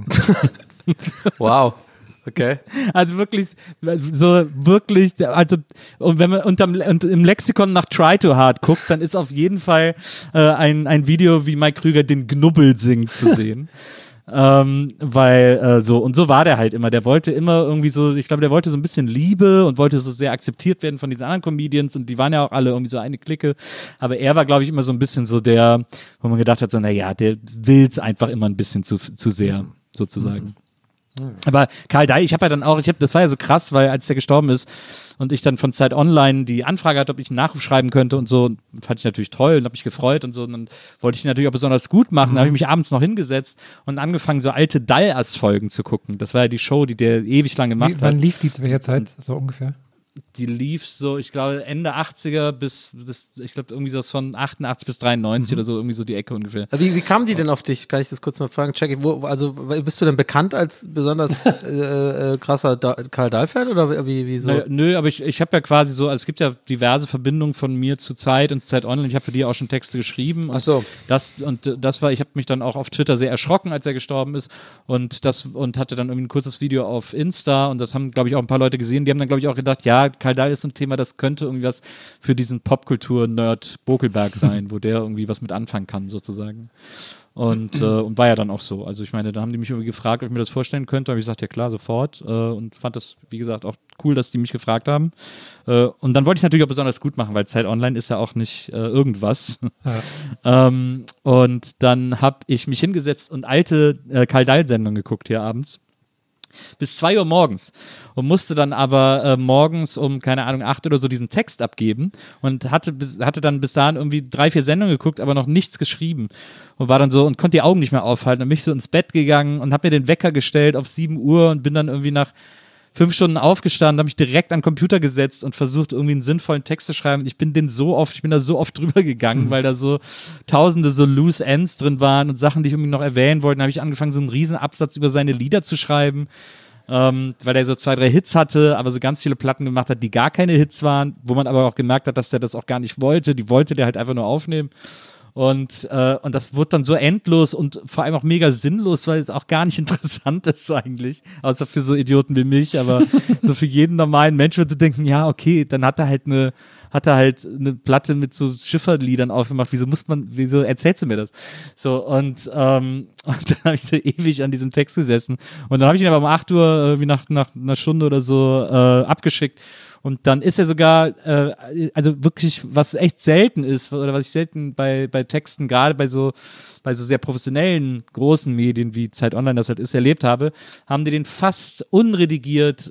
Wow. Okay. Also wirklich, und wenn man und im Lexikon nach Try to Hard guckt, dann ist auf jeden Fall ein Video, wie Mike Krüger den Gnubbel singt, zu sehen. Weil so war der halt immer. Der wollte immer irgendwie so, ich glaube, der wollte so ein bisschen Liebe und wollte so sehr akzeptiert werden von diesen anderen Comedians und die waren ja auch alle irgendwie so eine Clique. Aber er war, glaube ich, immer so ein bisschen so der, wo man gedacht hat, so, naja, der will's einfach immer ein bisschen zu sehr, sozusagen. Aber Karl Dall, das war ja so krass, weil als der gestorben ist und ich dann von Zeit Online die Anfrage hatte, ob ich einen Nachruf schreiben könnte und so, fand ich natürlich toll und habe mich gefreut und so. Und dann wollte ich ihn natürlich auch besonders gut machen. Da habe ich mich abends noch hingesetzt und angefangen, so alte Dallas-Folgen zu gucken. Das war ja die Show, die der ewig lang gemacht hat. Wann lief die zu welcher Zeit, so ungefähr? Die lief so, ich glaube, Ende 80er ich glaube, irgendwie so von 88 bis 93 oder so, irgendwie so die Ecke ungefähr. Wie kam die denn auf dich? Kann ich das kurz mal fragen? Jackie, also bist du denn bekannt als besonders krasser Karl Dahl-Fan oder wie so? Nö, aber ich habe ja quasi so, also es gibt ja diverse Verbindungen von mir zu Zeit und Zeit Online. Ich habe für die auch schon Texte geschrieben. Ach so. Ich habe mich dann auch auf Twitter sehr erschrocken, als er gestorben ist und hatte dann irgendwie ein kurzes Video auf Insta und das haben, glaube ich, auch ein paar Leute gesehen. Die haben dann, glaube ich, auch gedacht, ja, Karl Dahl ist so ein Thema, das könnte irgendwie was für diesen Popkultur-Nerd Bokelberg sein, wo der irgendwie was mit anfangen kann, sozusagen. Und war ja dann auch so. Also ich meine, da haben die mich irgendwie gefragt, ob ich mir das vorstellen könnte. Da habe ich gesagt, ja klar, sofort. Und fand das, wie gesagt, auch cool, dass die mich gefragt haben. Und dann wollte ich es natürlich auch besonders gut machen, weil Zeit Online ist ja auch nicht irgendwas. Ja. Und dann habe ich mich hingesetzt und alte Karl Dahl-Sendungen geguckt hier abends. Bis 2 Uhr morgens und musste dann aber morgens um, keine Ahnung, 8 oder so diesen Text abgeben und hatte dann bis dahin irgendwie 3, 4 Sendungen geguckt, aber noch nichts geschrieben und war dann so und konnte die Augen nicht mehr aufhalten und bin ich so ins Bett gegangen und habe mir den Wecker gestellt auf 7 Uhr und bin dann irgendwie nach 5 Stunden aufgestanden, habe mich direkt an den Computer gesetzt und versucht, irgendwie einen sinnvollen Text zu schreiben. Ich bin da so oft drüber gegangen, weil da so tausende so Loose Ends drin waren und Sachen, die ich irgendwie noch erwähnen wollte. Dann habe ich angefangen, so einen riesen Absatz über seine Lieder zu schreiben, weil er so 2, 3 Hits hatte, aber so ganz viele Platten gemacht hat, die gar keine Hits waren, wo man aber auch gemerkt hat, dass der das auch gar nicht wollte. Die wollte der halt einfach nur aufnehmen. Und das wurde dann so endlos und vor allem auch mega sinnlos, weil es auch gar nicht interessant ist so eigentlich, außer für so Idioten wie mich, aber so für jeden normalen Menschen würde denken, ja, okay, dann hat er halt eine Platte mit so Schifferliedern aufgemacht, wieso erzählst du mir das? So, und dann habe ich so ewig an diesem Text gesessen und dann habe ich ihn aber um 8 Uhr, wie nach einer Stunde oder so, abgeschickt. Und dann ist er sogar, also wirklich, was echt selten ist, oder was ich selten bei Texten, gerade bei so sehr professionellen, großen Medien wie Zeit Online das halt ist, erlebt habe, haben die den fast unredigiert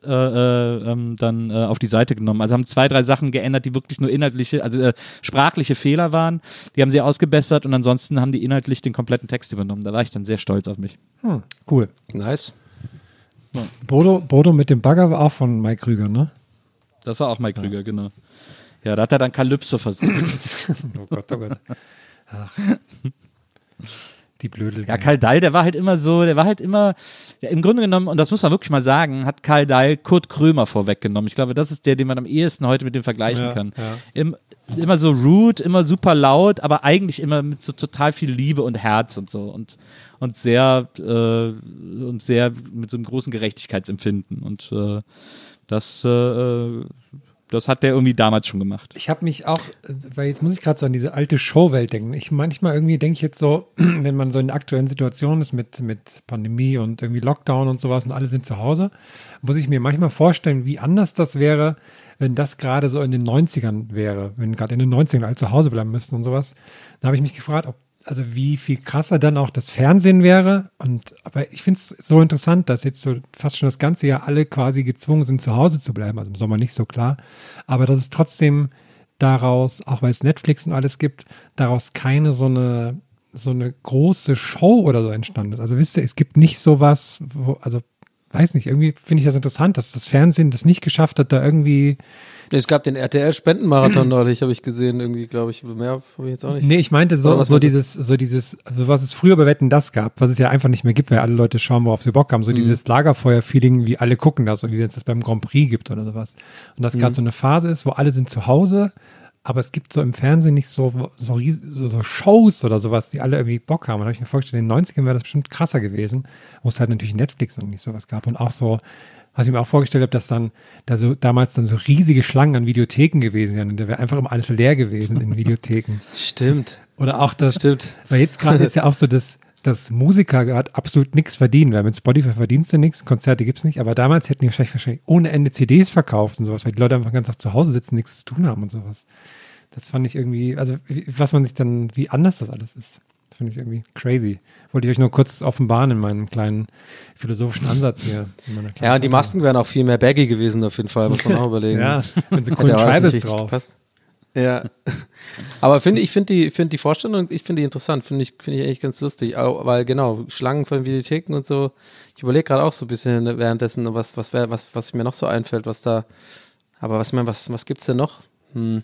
dann auf die Seite genommen. Also haben 2, 3 Sachen geändert, die wirklich nur inhaltliche, also sprachliche Fehler waren. Die haben sie ausgebessert und ansonsten haben die inhaltlich den kompletten Text übernommen. Da war ich dann sehr stolz auf mich. Cool. Nice. Ja. Bodo mit dem Bagger war auch von Mike Krüger, ne? Das war auch Mike Krüger, genau. Ja, da hat er dann Calypso versucht. Oh Gott, oh Gott. Ach. Die Blödel. Ja, Karl Dahl, der war halt immer, ja, im Grunde genommen, und das muss man wirklich mal sagen, hat Karl Dahl Kurt Krömer vorweggenommen. Ich glaube, das ist der, den man am ehesten heute mit dem vergleichen kann. Ja. Immer so rude, immer super laut, aber eigentlich immer mit so total viel Liebe und Herz und so und sehr mit so einem großen Gerechtigkeitsempfinden und das hat der irgendwie damals schon gemacht. Ich habe mich auch, weil jetzt muss ich gerade so an diese alte Showwelt denken. Manchmal irgendwie denke ich jetzt so, wenn man so in der aktuellen Situation ist mit Pandemie und irgendwie Lockdown und sowas und alle sind zu Hause, muss ich mir manchmal vorstellen, wie anders das wäre, wenn das gerade so in den 90ern wäre, wenn gerade in den 90ern alle zu Hause bleiben müssten und sowas. Da habe ich mich gefragt, also wie viel krasser dann auch das Fernsehen wäre. Aber ich finde es so interessant, dass jetzt so fast schon das ganze Jahr alle quasi gezwungen sind, zu Hause zu bleiben. Also im Sommer nicht so klar. Aber dass es trotzdem daraus, auch weil es Netflix und alles gibt, daraus keine so eine große Show oder so entstanden ist. Also wisst ihr, es gibt nicht sowas, weiß nicht, irgendwie finde ich das interessant, dass das Fernsehen das nicht geschafft hat, da irgendwie. Es gab den RTL-Spendenmarathon neulich, habe ich gesehen, irgendwie, glaube ich. Mehr habe ich jetzt auch nicht. Nee, ich meinte sowas es früher bei Wetten das gab, was es ja einfach nicht mehr gibt, weil alle Leute schauen, worauf sie Bock haben. So dieses Lagerfeuer-Feeling, wie alle gucken das, so wie wenn es das beim Grand Prix gibt oder sowas. Und das gerade so eine Phase ist, wo alle sind zu Hause, aber es gibt so im Fernsehen nicht so Shows oder sowas, die alle irgendwie Bock haben. Und da habe ich mir vorgestellt, in den 90ern wäre das bestimmt krasser gewesen, wo es halt natürlich Netflix und nicht sowas gab. Und auch so, was ich mir auch vorgestellt habe, dass dann damals dann so riesige Schlangen an Videotheken gewesen wären und da wäre einfach immer alles leer gewesen in Videotheken. Stimmt. Oder auch das, Stimmt. Weil jetzt gerade ist ja auch so, dass Musiker gerade absolut nichts verdienen, weil mit Spotify verdienst du nichts, Konzerte gibt es nicht, aber damals hätten die wahrscheinlich ohne Ende CDs verkauft und sowas, weil die Leute einfach den ganzen Tag zu Hause sitzen, nichts zu tun haben und sowas. Das fand ich irgendwie, also wie anders das alles ist. Das finde ich irgendwie crazy. Wollte ich euch nur kurz offenbaren in meinem kleinen philosophischen Ansatz hier. Ja, und die Masken wären auch viel mehr baggy gewesen auf jeden Fall, muss man auch überlegen. Ja, wenn sie Hätte coolen auch alles Tribals nicht drauf. gepasst. Ja. Aber ich finde die Vorstellung, ich finde die interessant, finde ich echt ganz lustig, auch, weil genau, Schlangen von Videotheken und so, ich überlege gerade auch so ein bisschen währenddessen, was mir noch so einfällt, aber was gibt's denn noch? Finde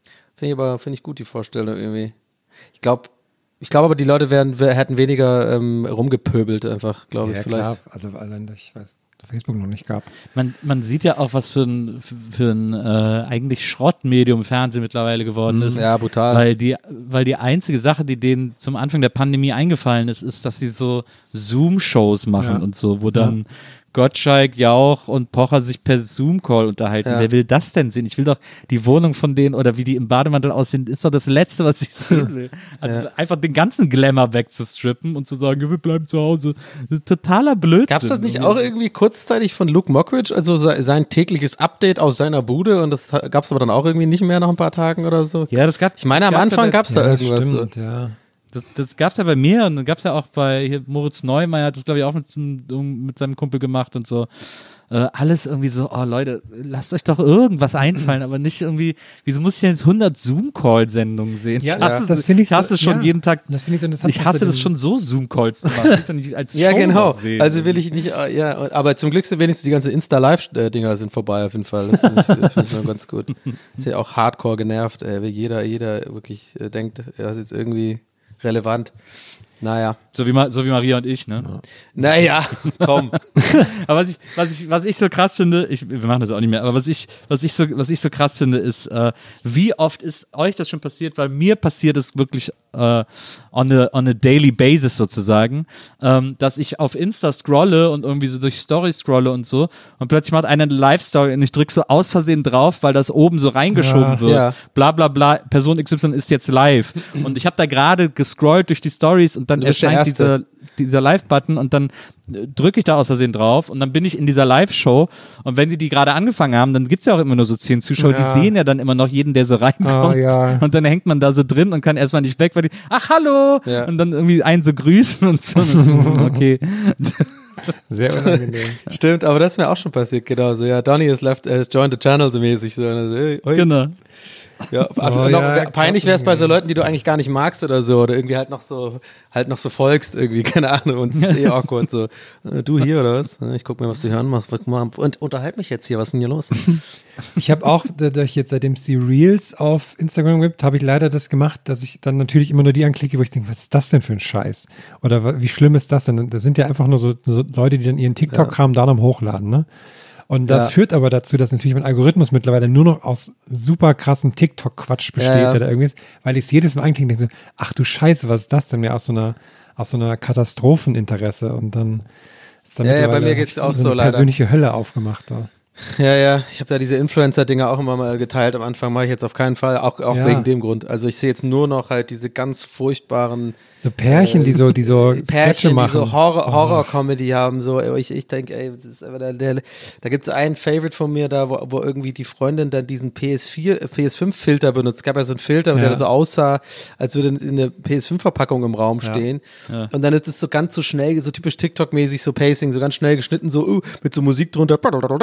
ich gut, die Vorstellung irgendwie. Ich glaube aber, die Leute hätten weniger rumgepöbelt einfach, glaube ich, vielleicht. Klar. Also allein, ich weiß, Facebook noch nicht gab. Man sieht ja auch, was für ein eigentlich Schrottmedium Fernsehen mittlerweile geworden ist. Ja, brutal. Weil die einzige Sache, die denen zum Anfang der Pandemie eingefallen ist, dass sie so Zoom-Shows machen und so, wo dann Gottschalk, Jauch und Pocher sich per Zoom-Call unterhalten. Ja. Wer will das denn sehen? Ich will doch die Wohnung von denen oder wie die im Bademantel aussehen, ist doch das Letzte, was ich sehen will. Also einfach den ganzen Glamour wegzustrippen und zu sagen, wir bleiben zu Hause. Das ist totaler Blödsinn. Gab es das nicht auch irgendwie kurzzeitig von Luke Mockridge, also sein tägliches Update aus seiner Bude und das gab es aber dann auch irgendwie nicht mehr nach ein paar Tagen oder so? Ja, das gab Ich meine, am Anfang gab es da irgendwas. Stimmt, ja. Das gab es ja bei mir und dann gab es ja auch bei hier Moritz Neumeier, hat das glaube ich auch mit seinem Kumpel gemacht und so. Alles irgendwie so, oh Leute, lasst euch doch irgendwas einfallen, aber nicht irgendwie, wieso muss ich denn jetzt 100 Zoom-Call-Sendungen sehen? Ja, das finde ich so, schon jeden Tag. Das finde ich so interessant. Ich hasse das schon so, Zoom-Calls zu machen. Ich will doch nicht als Ja, Show genau. sehen. Also will ich nicht, aber zum Glück sind wenigstens die ganzen Insta-Live-Dinger sind vorbei auf jeden Fall. Das finde ich schon ganz gut. Ist ja auch hardcore genervt, wie jeder wirklich denkt, das ist jetzt irgendwie relevant. Naja. So wie Maria und ich, ne? Naja, komm. Aber was ich so krass finde, wir machen das auch nicht mehr, aber was ich so krass finde, ist, wie oft ist euch das schon passiert, weil mir passiert es wirklich on a daily basis sozusagen, dass ich auf Insta scrolle und irgendwie so durch Story scrolle und so und plötzlich macht einer eine Live-Story und ich drücke so aus Versehen drauf, weil das oben so reingeschoben wird. Ja. Bla bla bla, Person XY ist jetzt live. Und ich habe da gerade gescrollt durch die Stories und dann Du bist der erscheint Erste. dieser Live-Button und dann drücke ich da aus Versehen drauf und dann bin ich in dieser Live-Show und wenn sie die gerade angefangen haben, dann gibt es ja auch immer nur so 10 Zuschauer, Ja. die sehen ja dann immer noch jeden, der so reinkommt ja. und dann hängt man da so drin und kann erstmal nicht weg, weil die, ach hallo, Ja. und dann irgendwie einen so grüßen und so, okay. Sehr unangenehm. Stimmt, aber das ist mir auch schon passiert, genau. So, ja, Donny has joined the channel so mäßig. So, und dann so, hey, hoi. Genau. Ja, peinlich wäre es bei so Leuten, die du eigentlich gar nicht magst oder so, oder irgendwie halt noch so folgst, irgendwie, keine Ahnung, und es ist eh awkward so. Du hier oder was? Ich guck mir, was du hier anmachst, und unterhalt mich jetzt hier, was ist denn hier los? Ich habe auch, dadurch jetzt, seitdem es die Reels auf Instagram gibt, habe ich leider das gemacht, dass ich dann natürlich immer nur die anklicke, wo ich denke, was ist das denn für ein Scheiß? Oder wie schlimm ist das denn? Das sind ja einfach nur so Leute, die dann ihren TikTok-Kram da noch hochladen, ne? Und das führt aber dazu, dass natürlich mein Algorithmus mittlerweile nur noch aus super krassen TikTok-Quatsch besteht oder irgendwas, weil ich es jedes Mal anklicke und denke so, ach du Scheiße, was ist das denn? Ja, aus so einer Katastropheninteresse und dann ist da bei mir geht's auch so eine leider. persönliche Hölle aufgemacht da. Ja, ich habe da diese Influencer-Dinger auch immer mal geteilt am Anfang, mache ich jetzt auf keinen Fall, auch wegen dem Grund. Also ich sehe jetzt nur noch halt diese ganz furchtbaren So Pärchen, die so Sketche Pärchen, machen. die so Horror-Comedy haben, so, ich denke, ey, das ist aber da gibt es einen Favorite von mir da, wo irgendwie die Freundin dann diesen PS5-Filter benutzt. Es gab ja so einen Filter, der so aussah, als würde eine PS5-Verpackung im Raum stehen. Ja. Und dann ist es so ganz so schnell, so typisch TikTok-mäßig, so Pacing, so ganz schnell geschnitten, so mit so Musik drunter,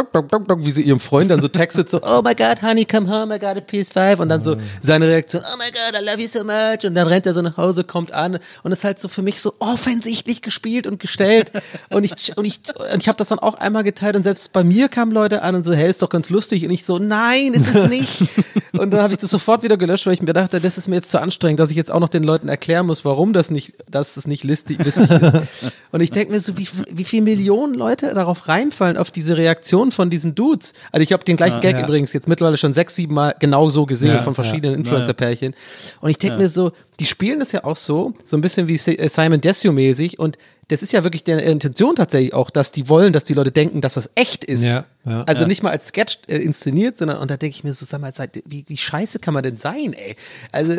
wie sie ihrem Freund dann so textet, so, oh my God, honey, come home, I got a PS5. Und dann so seine Reaktion, oh my God, I love you so much. Und dann rennt er so nach Hause, kommt an und ist halt so für mich so offensichtlich gespielt und gestellt. Und ich habe das dann auch einmal geteilt und selbst bei mir kamen Leute an und so, hey, ist doch ganz lustig. Und ich so, nein, ist es nicht. Und dann habe ich das sofort wieder gelöscht, weil ich mir dachte, das ist mir jetzt zu anstrengend, dass ich jetzt auch noch den Leuten erklären muss, warum das nicht witzig ist. Und ich denke mir so, wie viele Millionen Leute darauf reinfallen, auf diese Reaktion von diesen Dudes. Also ich habe den gleichen Gag übrigens jetzt mittlerweile schon 6-7 Mal genau so gesehen von verschiedenen Influencer-Pärchen. Und ich denke mir so, die spielen das ja auch so ein bisschen wie Simon Desue-mäßig und das ist ja wirklich deren Intention tatsächlich auch, dass die wollen, dass die Leute denken, dass das echt ist. Also nicht mal als Sketch inszeniert, sondern und da denke ich mir so, sag mal, wie scheiße kann man denn sein, ey? Also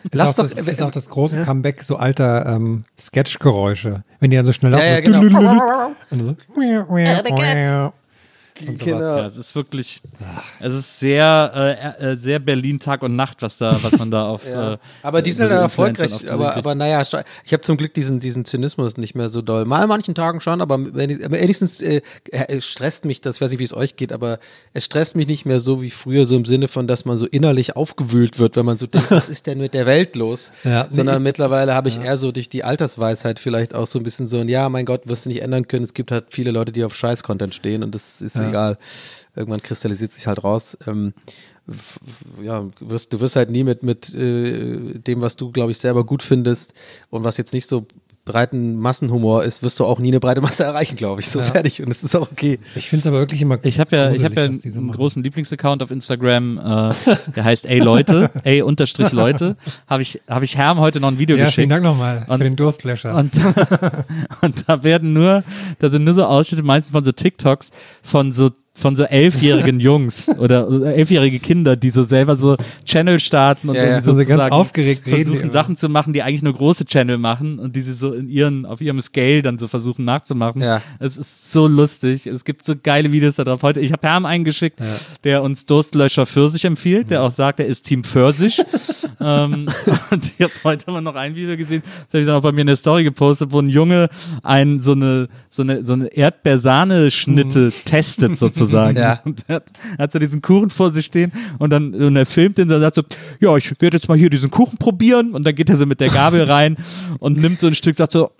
ist auch das große Comeback so alter Sketch-Geräusche. Wenn die dann so schnell laufen. Ja, genau. Und so. und sowas. Genau. Ja, es ist wirklich, es ist sehr, sehr Berlin Tag und Nacht, was man da auf. Aber die sind so halt Influencern erfolgreich. aufzusehen kriegt. Aber naja, ich habe zum Glück diesen Zynismus nicht mehr so doll. Mal an manchen Tagen schon, aber wenigstens stresst mich das, ich weiß nicht, wie es euch geht, aber es stresst mich nicht mehr so wie früher, so im Sinne von, dass man so innerlich aufgewühlt wird, wenn man so denkt, was ist denn mit der Welt los? Ja, Sondern mittlerweile habe ich eher so durch die Altersweisheit vielleicht auch so ein bisschen so ein, ja, mein Gott, wirst du nicht ändern können. Es gibt halt viele Leute, die auf Scheiß-Content stehen und das ist egal. Irgendwann kristallisiert sich halt raus. Ja, du wirst halt nie mit dem, was du, glaube ich, selber gut findest und was jetzt nicht so breiten Massenhumor ist, wirst du auch nie eine breite Masse erreichen, glaube ich. So fertig und es ist auch okay. Ich finde es aber wirklich immer Ich habe ja gruselig, was die so einen machen. großen Lieblingsaccount auf Instagram, der heißt Leute, Leute. Habe ich Herm heute noch ein Video Ja, geschickt. vielen Dank nochmal für Und- den Durstlöscher. Und da sind nur so Ausschnitte meistens von so TikToks von so 11-jährigen Jungs oder 11-jährige Kinder, die so selber so Channel starten und irgendwie so ganz sozusagen aufgeregt reden die versuchen immer. Sachen zu machen, die eigentlich nur große Channel machen und die sie so auf ihrem Scale dann so versuchen nachzumachen. Ja. Es ist so lustig. Es gibt so geile Videos da drauf. Ich habe Herm eingeschickt, der uns Durstlöscher Pfirsich empfiehlt, der auch sagt, er ist Team Pfirsich. Und ich habe heute mal noch ein Video gesehen, das habe ich dann auch bei mir in der Story gepostet, wo ein Junge so eine Erdbeersahne-Schnitte testet sozusagen. Ja. Und er hat so diesen Kuchen vor sich stehen und er filmt den so und sagt so, ja, ich werde jetzt mal hier diesen Kuchen probieren und dann geht er so mit der Gabel rein und nimmt so ein Stück, sagt so,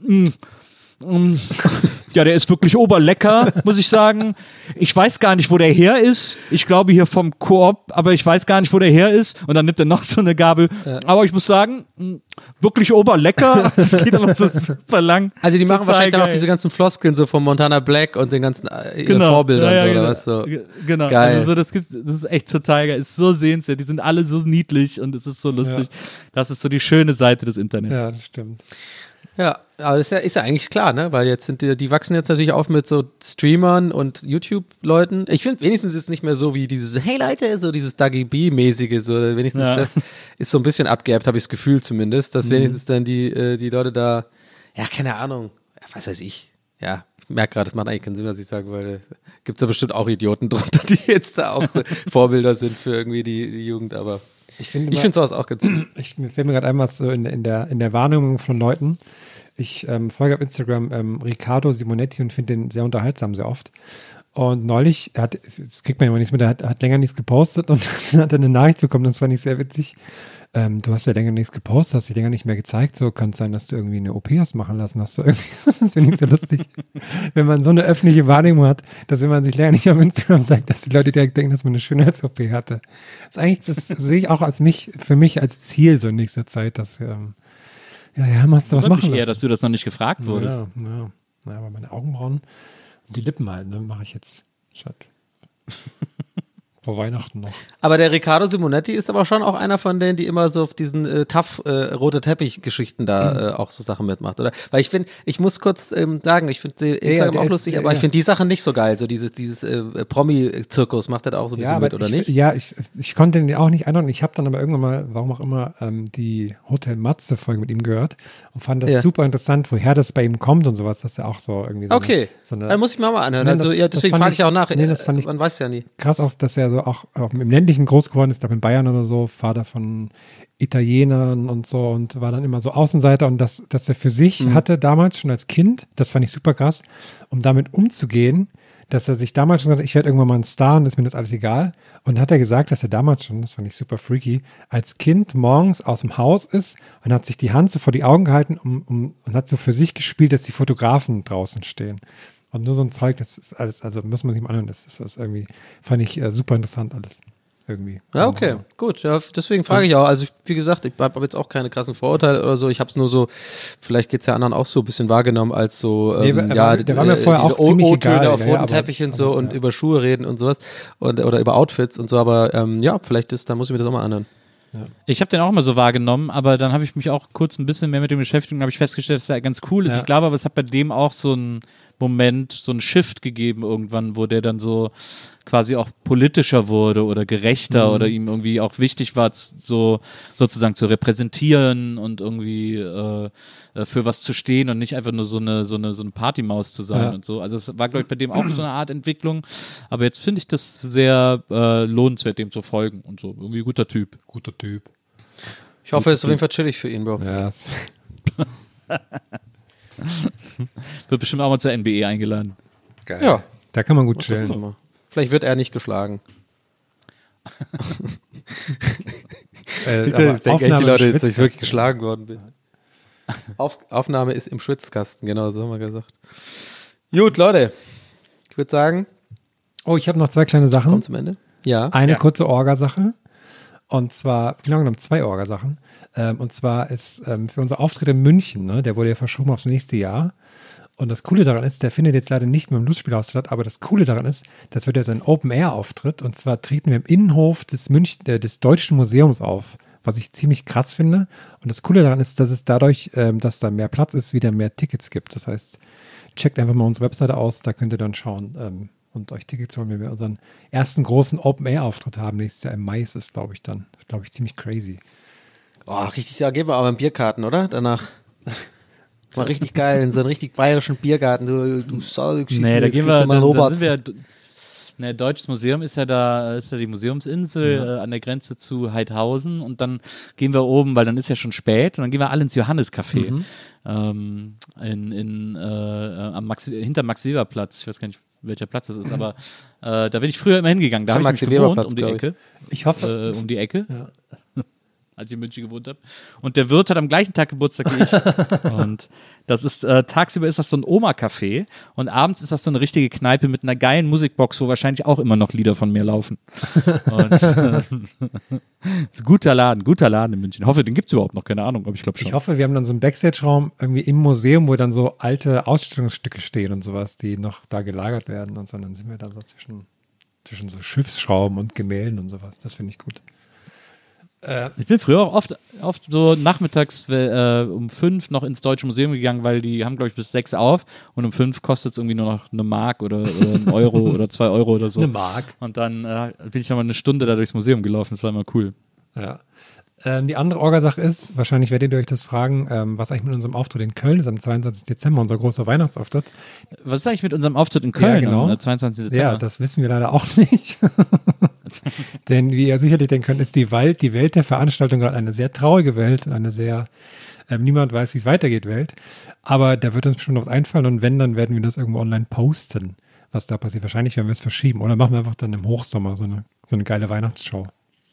ja, der ist wirklich oberlecker, muss ich sagen. Ich weiß gar nicht, wo der her ist. Ich glaube hier vom Coop, aber ich weiß gar nicht, wo der her ist. Und dann nimmt er noch so eine Gabel. Aber ich muss sagen, wirklich oberlecker. Das geht aber so super lang. Also die machen Total wahrscheinlich dann auch geil. diese ganzen Floskeln so von Montana Black und den ganzen Vorbildern Ja, so, genau. oder was so. Genau. Geil. Also so, das ist echt total geil. Ist so sehenswert. Die sind alle so niedlich und es ist so lustig. Das ist so die schöne Seite des Internets. Ja, das stimmt. Ja, aber das ist ja eigentlich klar, ne? Weil jetzt die wachsen jetzt natürlich auf mit so Streamern und YouTube-Leuten. Ich finde, wenigstens ist es nicht mehr so wie dieses, hey Leute, so dieses Dougie B-mäßige, so wenigstens das ist so ein bisschen abgeappt, habe ich das Gefühl zumindest, dass wenigstens dann die Leute da, ja, keine Ahnung, was weiß ich. Ja, ich merke gerade, das macht eigentlich keinen Sinn, was ich sagen wollte. Gibt es da bestimmt auch Idioten drunter, die jetzt da auch Vorbilder sind für irgendwie die Jugend, aber ich finde sowas auch ganz Mir fällt mir gerade ein, was so in der Wahrnehmung von Leuten. Ich folge auf Instagram Riccardo Simonetti und finde den sehr unterhaltsam, sehr oft. Und neulich, das kriegt man ja immer nichts mit, er hat länger nichts gepostet und dann hat er eine Nachricht bekommen, das fand ich sehr witzig. Du hast ja länger nichts gepostet, hast dich länger nicht mehr gezeigt, so kann es sein, dass du irgendwie eine OP hast machen lassen, hast du irgendwie, das finde ich so lustig. Wenn man so eine öffentliche Wahrnehmung hat, dass wenn man sich länger nicht auf Instagram zeigt, dass die Leute direkt denken, dass man eine Schönheits-OP hatte. Das sehe ich auch für mich als Ziel so in nächster Zeit, dass machst du was Wundert machen mich eher, lassen. dass du das noch nicht gefragt wurdest. Ja, aber meine Augenbrauen und die Lippen halt, ne, mache ich jetzt statt vor Weihnachten noch. Aber der Riccardo Simonetti ist aber schon auch einer von denen, die immer so auf diesen rote Teppich-Geschichten da auch so Sachen mitmacht, oder? Weil ich muss kurz sagen, ich finde Instagram auch lustig, aber ich finde die Sachen nicht so geil. So dieses Promi-Zirkus macht er da auch so ein bisschen mit, oder nicht? Ja, ich konnte den auch nicht einordnen. Ich habe dann aber irgendwann mal, warum auch immer, die Hotel Matze-Folge mit ihm gehört und fand das super interessant, woher das bei ihm kommt und sowas, dass er auch so irgendwie Dann muss ich mir mal anhören. Nein, Also, das deswegen fand frage ich auch nach. das fand ich man weiß ja nie. krass auch, dass er so auch im ländlichen groß geworden ist, glaube in Bayern oder so, Vater von Italienern und so und war dann immer so Außenseiter und dass er für sich hatte damals schon als Kind, das fand ich super krass, um damit umzugehen, dass er sich damals schon gesagt hat, ich werde irgendwann mal ein Star und ist mir das alles egal. Und hat er gesagt, dass er damals schon, das fand ich super freaky, als Kind morgens aus dem Haus ist und hat sich die Hand so vor die Augen gehalten und hat so für sich gespielt, dass die Fotografen draußen stehen. Und nur so ein Zeug, das ist alles, also muss man sich mal anhören, das irgendwie, fand ich super interessant alles. Irgendwie. Ja, okay, gut. Ja, deswegen frage ich auch. Also, wie gesagt, ich habe jetzt auch keine krassen Vorurteile oder so. Ich habe es nur so, vielleicht geht es ja anderen auch so ein bisschen wahrgenommen als so, der war mir vorher diese auch ziemlich O-Töne egal, auf roten Teppich und so und über Schuhe reden und sowas oder über Outfits und so. Aber vielleicht da muss ich mir das auch mal anhören. Ja. Ich habe den auch immer so wahrgenommen, aber dann habe ich mich auch kurz ein bisschen mehr mit dem beschäftigt und habe ich festgestellt, dass er ganz cool ist. Ja. Ich glaube aber, es hat bei dem auch so ein Moment so einen Shift gegeben irgendwann, wo der dann so quasi auch politischer wurde oder gerechter oder ihm irgendwie auch wichtig war, so sozusagen zu repräsentieren und irgendwie für was zu stehen und nicht einfach nur so eine Partymaus zu sein und so. Also es war, glaube ich, bei dem auch so eine Art Entwicklung. Aber jetzt finde ich das sehr lohnenswert, dem zu folgen und so. Irgendwie guter Typ. Guter Typ. Ich hoffe, es ist auf jeden Fall chillig für ihn, Bro. Ja. Wird bestimmt auch mal zur NBA eingeladen. Geil. Ja. Da kann man gut chillen. Vielleicht wird er nicht geschlagen. Aber Denke echt, die Leute, jetzt, dass ich Schwitzkasten. wirklich geschlagen worden bin. Aufnahme ist im Schwitzkasten, genau, so haben wir gesagt. Gut, Leute. Ich würde sagen, Oh, ich habe noch 2 kleine Sachen. kommt zum Ende. Ja. Eine kurze Orga-Sache. Und zwar, genau genommen 2 Orga-Sachen. Und zwar ist für unser Auftritt in München, ne, der wurde ja verschoben aufs nächste Jahr. Und das Coole daran ist, der findet jetzt leider nicht mehr im Lustspielhaus statt, aber das Coole daran ist, das wird jetzt ein Open-Air-Auftritt. Und zwar treten wir im Innenhof des Deutschen Museums auf, was ich ziemlich krass finde. Und das Coole daran ist, dass es dadurch, dass da mehr Platz ist, wieder mehr Tickets gibt. Das heißt, checkt einfach mal unsere Webseite aus, da könnt ihr dann schauen und euch Tickets holen, wenn wir unseren ersten großen Open-Air-Auftritt haben. Nächstes Jahr im Mai ist es, glaube ich, dann. Glaube ich, ziemlich crazy. Oh, richtig, da geben wir aber Bierkarten, oder? Danach. War richtig geil, in so einen richtig bayerischen Biergarten. Du Sau, Nee, da gehen wir, dann sind wir. Ne, Deutsches Museum ist ja die Museumsinsel an der Grenze zu Heidhausen und dann gehen wir oben, weil dann ist ja schon spät und dann gehen wir alle ins Johanniscafé hinter Max-Weber-Platz. Ich weiß gar nicht, welcher Platz das ist, aber da bin ich früher immer hingegangen. Da habe ich mich gewohnt, um die Ecke. Ich hoffe. Um die Ecke. Ja. Als ich in München gewohnt habe. Und der Wirt hat am gleichen Tag Geburtstag wie ich. Und das ist, tagsüber ist das so ein Oma-Café und abends ist das so eine richtige Kneipe mit einer geilen Musikbox, wo wahrscheinlich auch immer noch Lieder von mir laufen. Und ist ein guter Laden in München. Ich hoffe, den gibt es überhaupt noch, keine Ahnung, aber ich glaube schon. Ich hoffe, wir haben dann so einen Backstage-Raum irgendwie im Museum, wo dann so alte Ausstellungsstücke stehen und sowas, die noch da gelagert werden und so. Und dann sind wir da so zwischen so Schiffsschrauben und Gemälden und sowas. Das finde ich gut. Ich bin früher auch oft so nachmittags um 5 noch ins Deutsche Museum gegangen, weil die haben, glaube ich, bis 6 auf und um 5 kostet es irgendwie nur noch eine Mark oder 1 Euro oder 2 Euro oder so. Eine Mark. Und dann bin ich nochmal eine Stunde da durchs Museum gelaufen, das war immer cool. Ja. Die andere Orgasache ist, wahrscheinlich werdet ihr euch das fragen, was eigentlich mit unserem Auftritt in Köln ist am 22. Dezember, unser großer Weihnachtsauftritt. Was ist eigentlich mit unserem Auftritt in Köln am 22. Dezember? Ja, das wissen wir leider auch nicht. Denn wie ihr sicherlich denken könnt, ist die Welt der Veranstaltung gerade eine sehr traurige Welt, eine sehr niemand weiß, wie es weitergeht Welt. Aber da wird uns bestimmt was einfallen und wenn, dann werden wir das irgendwo online posten, was da passiert. Wahrscheinlich werden wir es verschieben oder machen wir einfach dann im Hochsommer so eine geile Weihnachtsshow.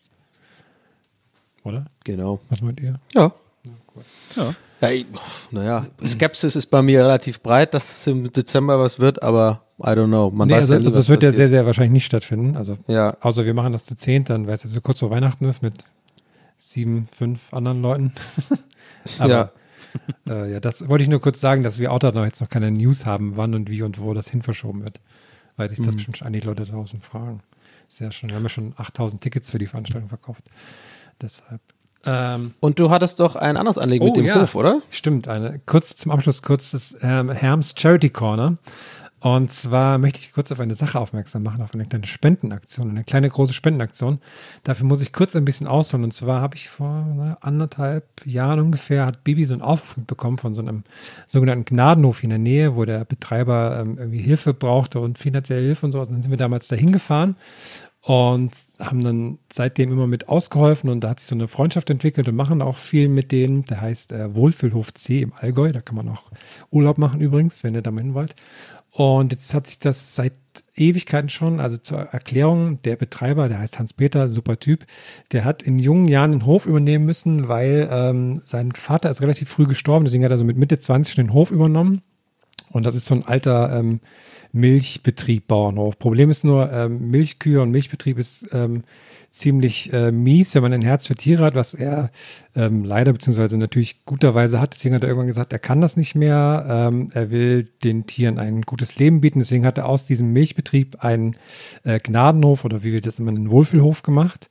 Oder? Genau. Was meint ihr? Ja. Ja. Naja, Skepsis ist bei mir relativ breit, dass es im Dezember was wird, aber I don't know. Man weiß ja nie, also was es wird ja passiert. sehr, sehr wahrscheinlich nicht stattfinden. Also, Ja. außer wir machen das zu 10, dann weil es ja so kurz vor Weihnachten ist mit 7, 5 anderen Leuten. Aber ja, das wollte ich nur kurz sagen, dass wir auch da jetzt noch keine News haben, wann und wie und wo das hin verschoben wird. Weil sich das bestimmt einige Leute draußen fragen. Ist ja schon, wir haben ja schon 8000 Tickets für die Veranstaltung verkauft. Deshalb. Und du hattest doch ein anderes Anliegen mit dem Hof, oder? Stimmt, zum Abschluss das Herms Charity Corner. Und zwar möchte ich kurz auf eine Sache aufmerksam machen, auf eine kleine Spendenaktion, eine kleine große Spendenaktion. Dafür muss ich kurz ein bisschen ausholen. Und zwar habe ich vor 1,5 Jahren ungefähr, hat Bibi so einen Aufruf bekommen von so einem sogenannten Gnadenhof hier in der Nähe, wo der Betreiber irgendwie Hilfe brauchte und finanzielle Hilfe und so. Und dann sind wir damals dahin gefahren und haben dann seitdem immer mit ausgeholfen und da hat sich so eine Freundschaft entwickelt und machen auch viel mit denen. Der heißt Wohlfühlhof C im Allgäu. Da kann man auch Urlaub machen übrigens, wenn ihr da mal hin wollt. Und jetzt hat sich das seit Ewigkeiten schon, also zur Erklärung, der Betreiber, der heißt Hans-Peter, super Typ, der hat in jungen Jahren den Hof übernehmen müssen, weil sein Vater ist relativ früh gestorben, deswegen hat er so mit Mitte 20 den Hof übernommen. Und das ist so ein alter Milchbetrieb, Bauernhof. Problem ist nur, Milchkühe und Milchbetrieb ist ziemlich mies, wenn man ein Herz für Tiere hat, was er leider beziehungsweise natürlich guterweise hat. Deswegen hat er irgendwann gesagt, er kann das nicht mehr. Er will den Tieren ein gutes Leben bieten. Deswegen hat er aus diesem Milchbetrieb einen Gnadenhof oder wie wir das immer einen Wohlfühlhof gemacht.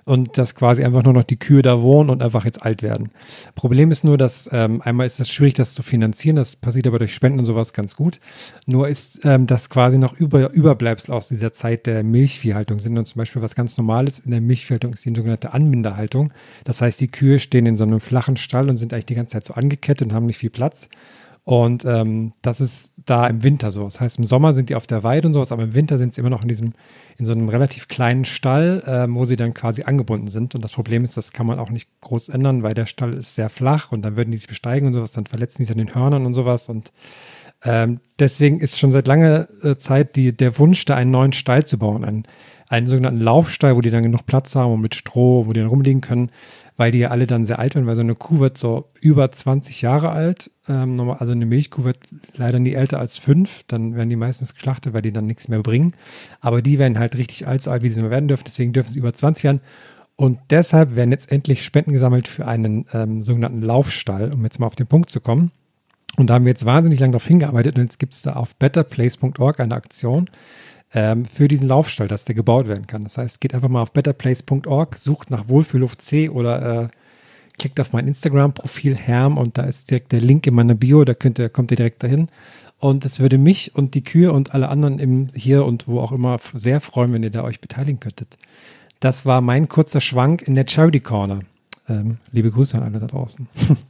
und dass quasi einfach nur noch die Kühe da wohnen und einfach jetzt alt werden. Problem ist nur, dass einmal ist es schwierig, das zu finanzieren, das passiert aber durch Spenden und sowas ganz gut. Nur ist das quasi noch Überbleibsel aus dieser Zeit der Milchviehhaltung sind und zum Beispiel was ganz Normales in der Milchviehhaltung ist die sogenannte Anbinderhaltung. Das heißt, die Kühe stehen in so einem flachen Stall und sind eigentlich die ganze Zeit so angekettet und haben nicht viel Platz. Und das ist da im Winter so. Das heißt, im Sommer sind die auf der Weide und sowas, aber im Winter sind sie immer noch in so einem relativ kleinen Stall, wo sie dann quasi angebunden sind. Und das Problem ist, das kann man auch nicht groß ändern, weil der Stall ist sehr flach und dann würden die sich besteigen und sowas, dann verletzen die sich an den Hörnern und sowas. Und deswegen ist schon seit langer Zeit der Wunsch, da einen neuen Stall zu bauen, einen sogenannten Laufstall, wo die dann genug Platz haben und mit Stroh, wo die dann rumliegen können, weil die ja alle dann sehr alt werden, weil so eine Kuh wird so über 20 Jahre alt. Also eine Milchkuh wird leider nie älter als 5, dann werden die meistens geschlachtet, weil die dann nichts mehr bringen. Aber die werden halt richtig alt, so alt, wie sie nur werden dürfen, deswegen dürfen sie über 20 werden. Und deshalb werden jetzt endlich Spenden gesammelt für einen sogenannten Laufstall, um jetzt mal auf den Punkt zu kommen. Und da haben wir jetzt wahnsinnig lange darauf hingearbeitet und jetzt gibt es da auf betterplace.org eine Aktion für diesen Laufstall, dass der gebaut werden kann. Das heißt, geht einfach mal auf betterplace.org, sucht nach Wohlfühlluft C oder klickt auf mein Instagram-Profil Herm und da ist direkt der Link in meiner Bio, da kommt ihr direkt dahin. Und es würde mich und die Kühe und alle anderen hier und wo auch immer sehr freuen, wenn ihr da euch beteiligen könntet. Das war mein kurzer Schwank in der Charity Corner. Liebe Grüße an alle da draußen.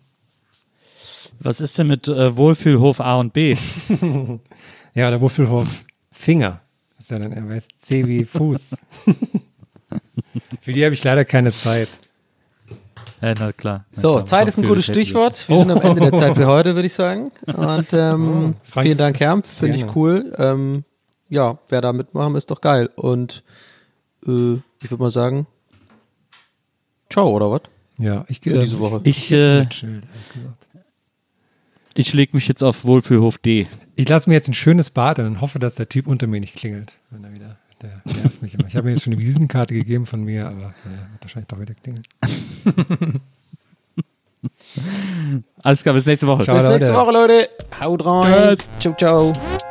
Was ist denn mit Wohlfühlhof A und B? Ja, der Wohlfühlhof Finger. Das ist ja dann, er weiß C wie Fuß. Für die habe ich leider keine Zeit. Ja, na klar. So, Zeit ist ein gutes Stichwort. Wir sind am Ende der Zeit für heute, würde ich sagen. Und vielen Dank, Herm. Finde ich cool. Ja, wer da mitmachen, ist doch geil. Und ich würde mal sagen, ciao, oder was? Ja, für diese Woche. Ich lege mich jetzt auf Wohlfühlhof D. Ich lasse mir jetzt ein schönes Bad und hoffe, dass der Typ unter mir nicht klingelt. Wenn er wieder, der nervt mich immer. Ich habe mir jetzt schon eine Visitenkarte gegeben von mir, aber naja, wird wahrscheinlich doch wieder klingeln. Alles klar, bis nächste Woche. Ciao, bis nächste Woche, Leute. Haut rein. Tschüss. Ciao, ciao.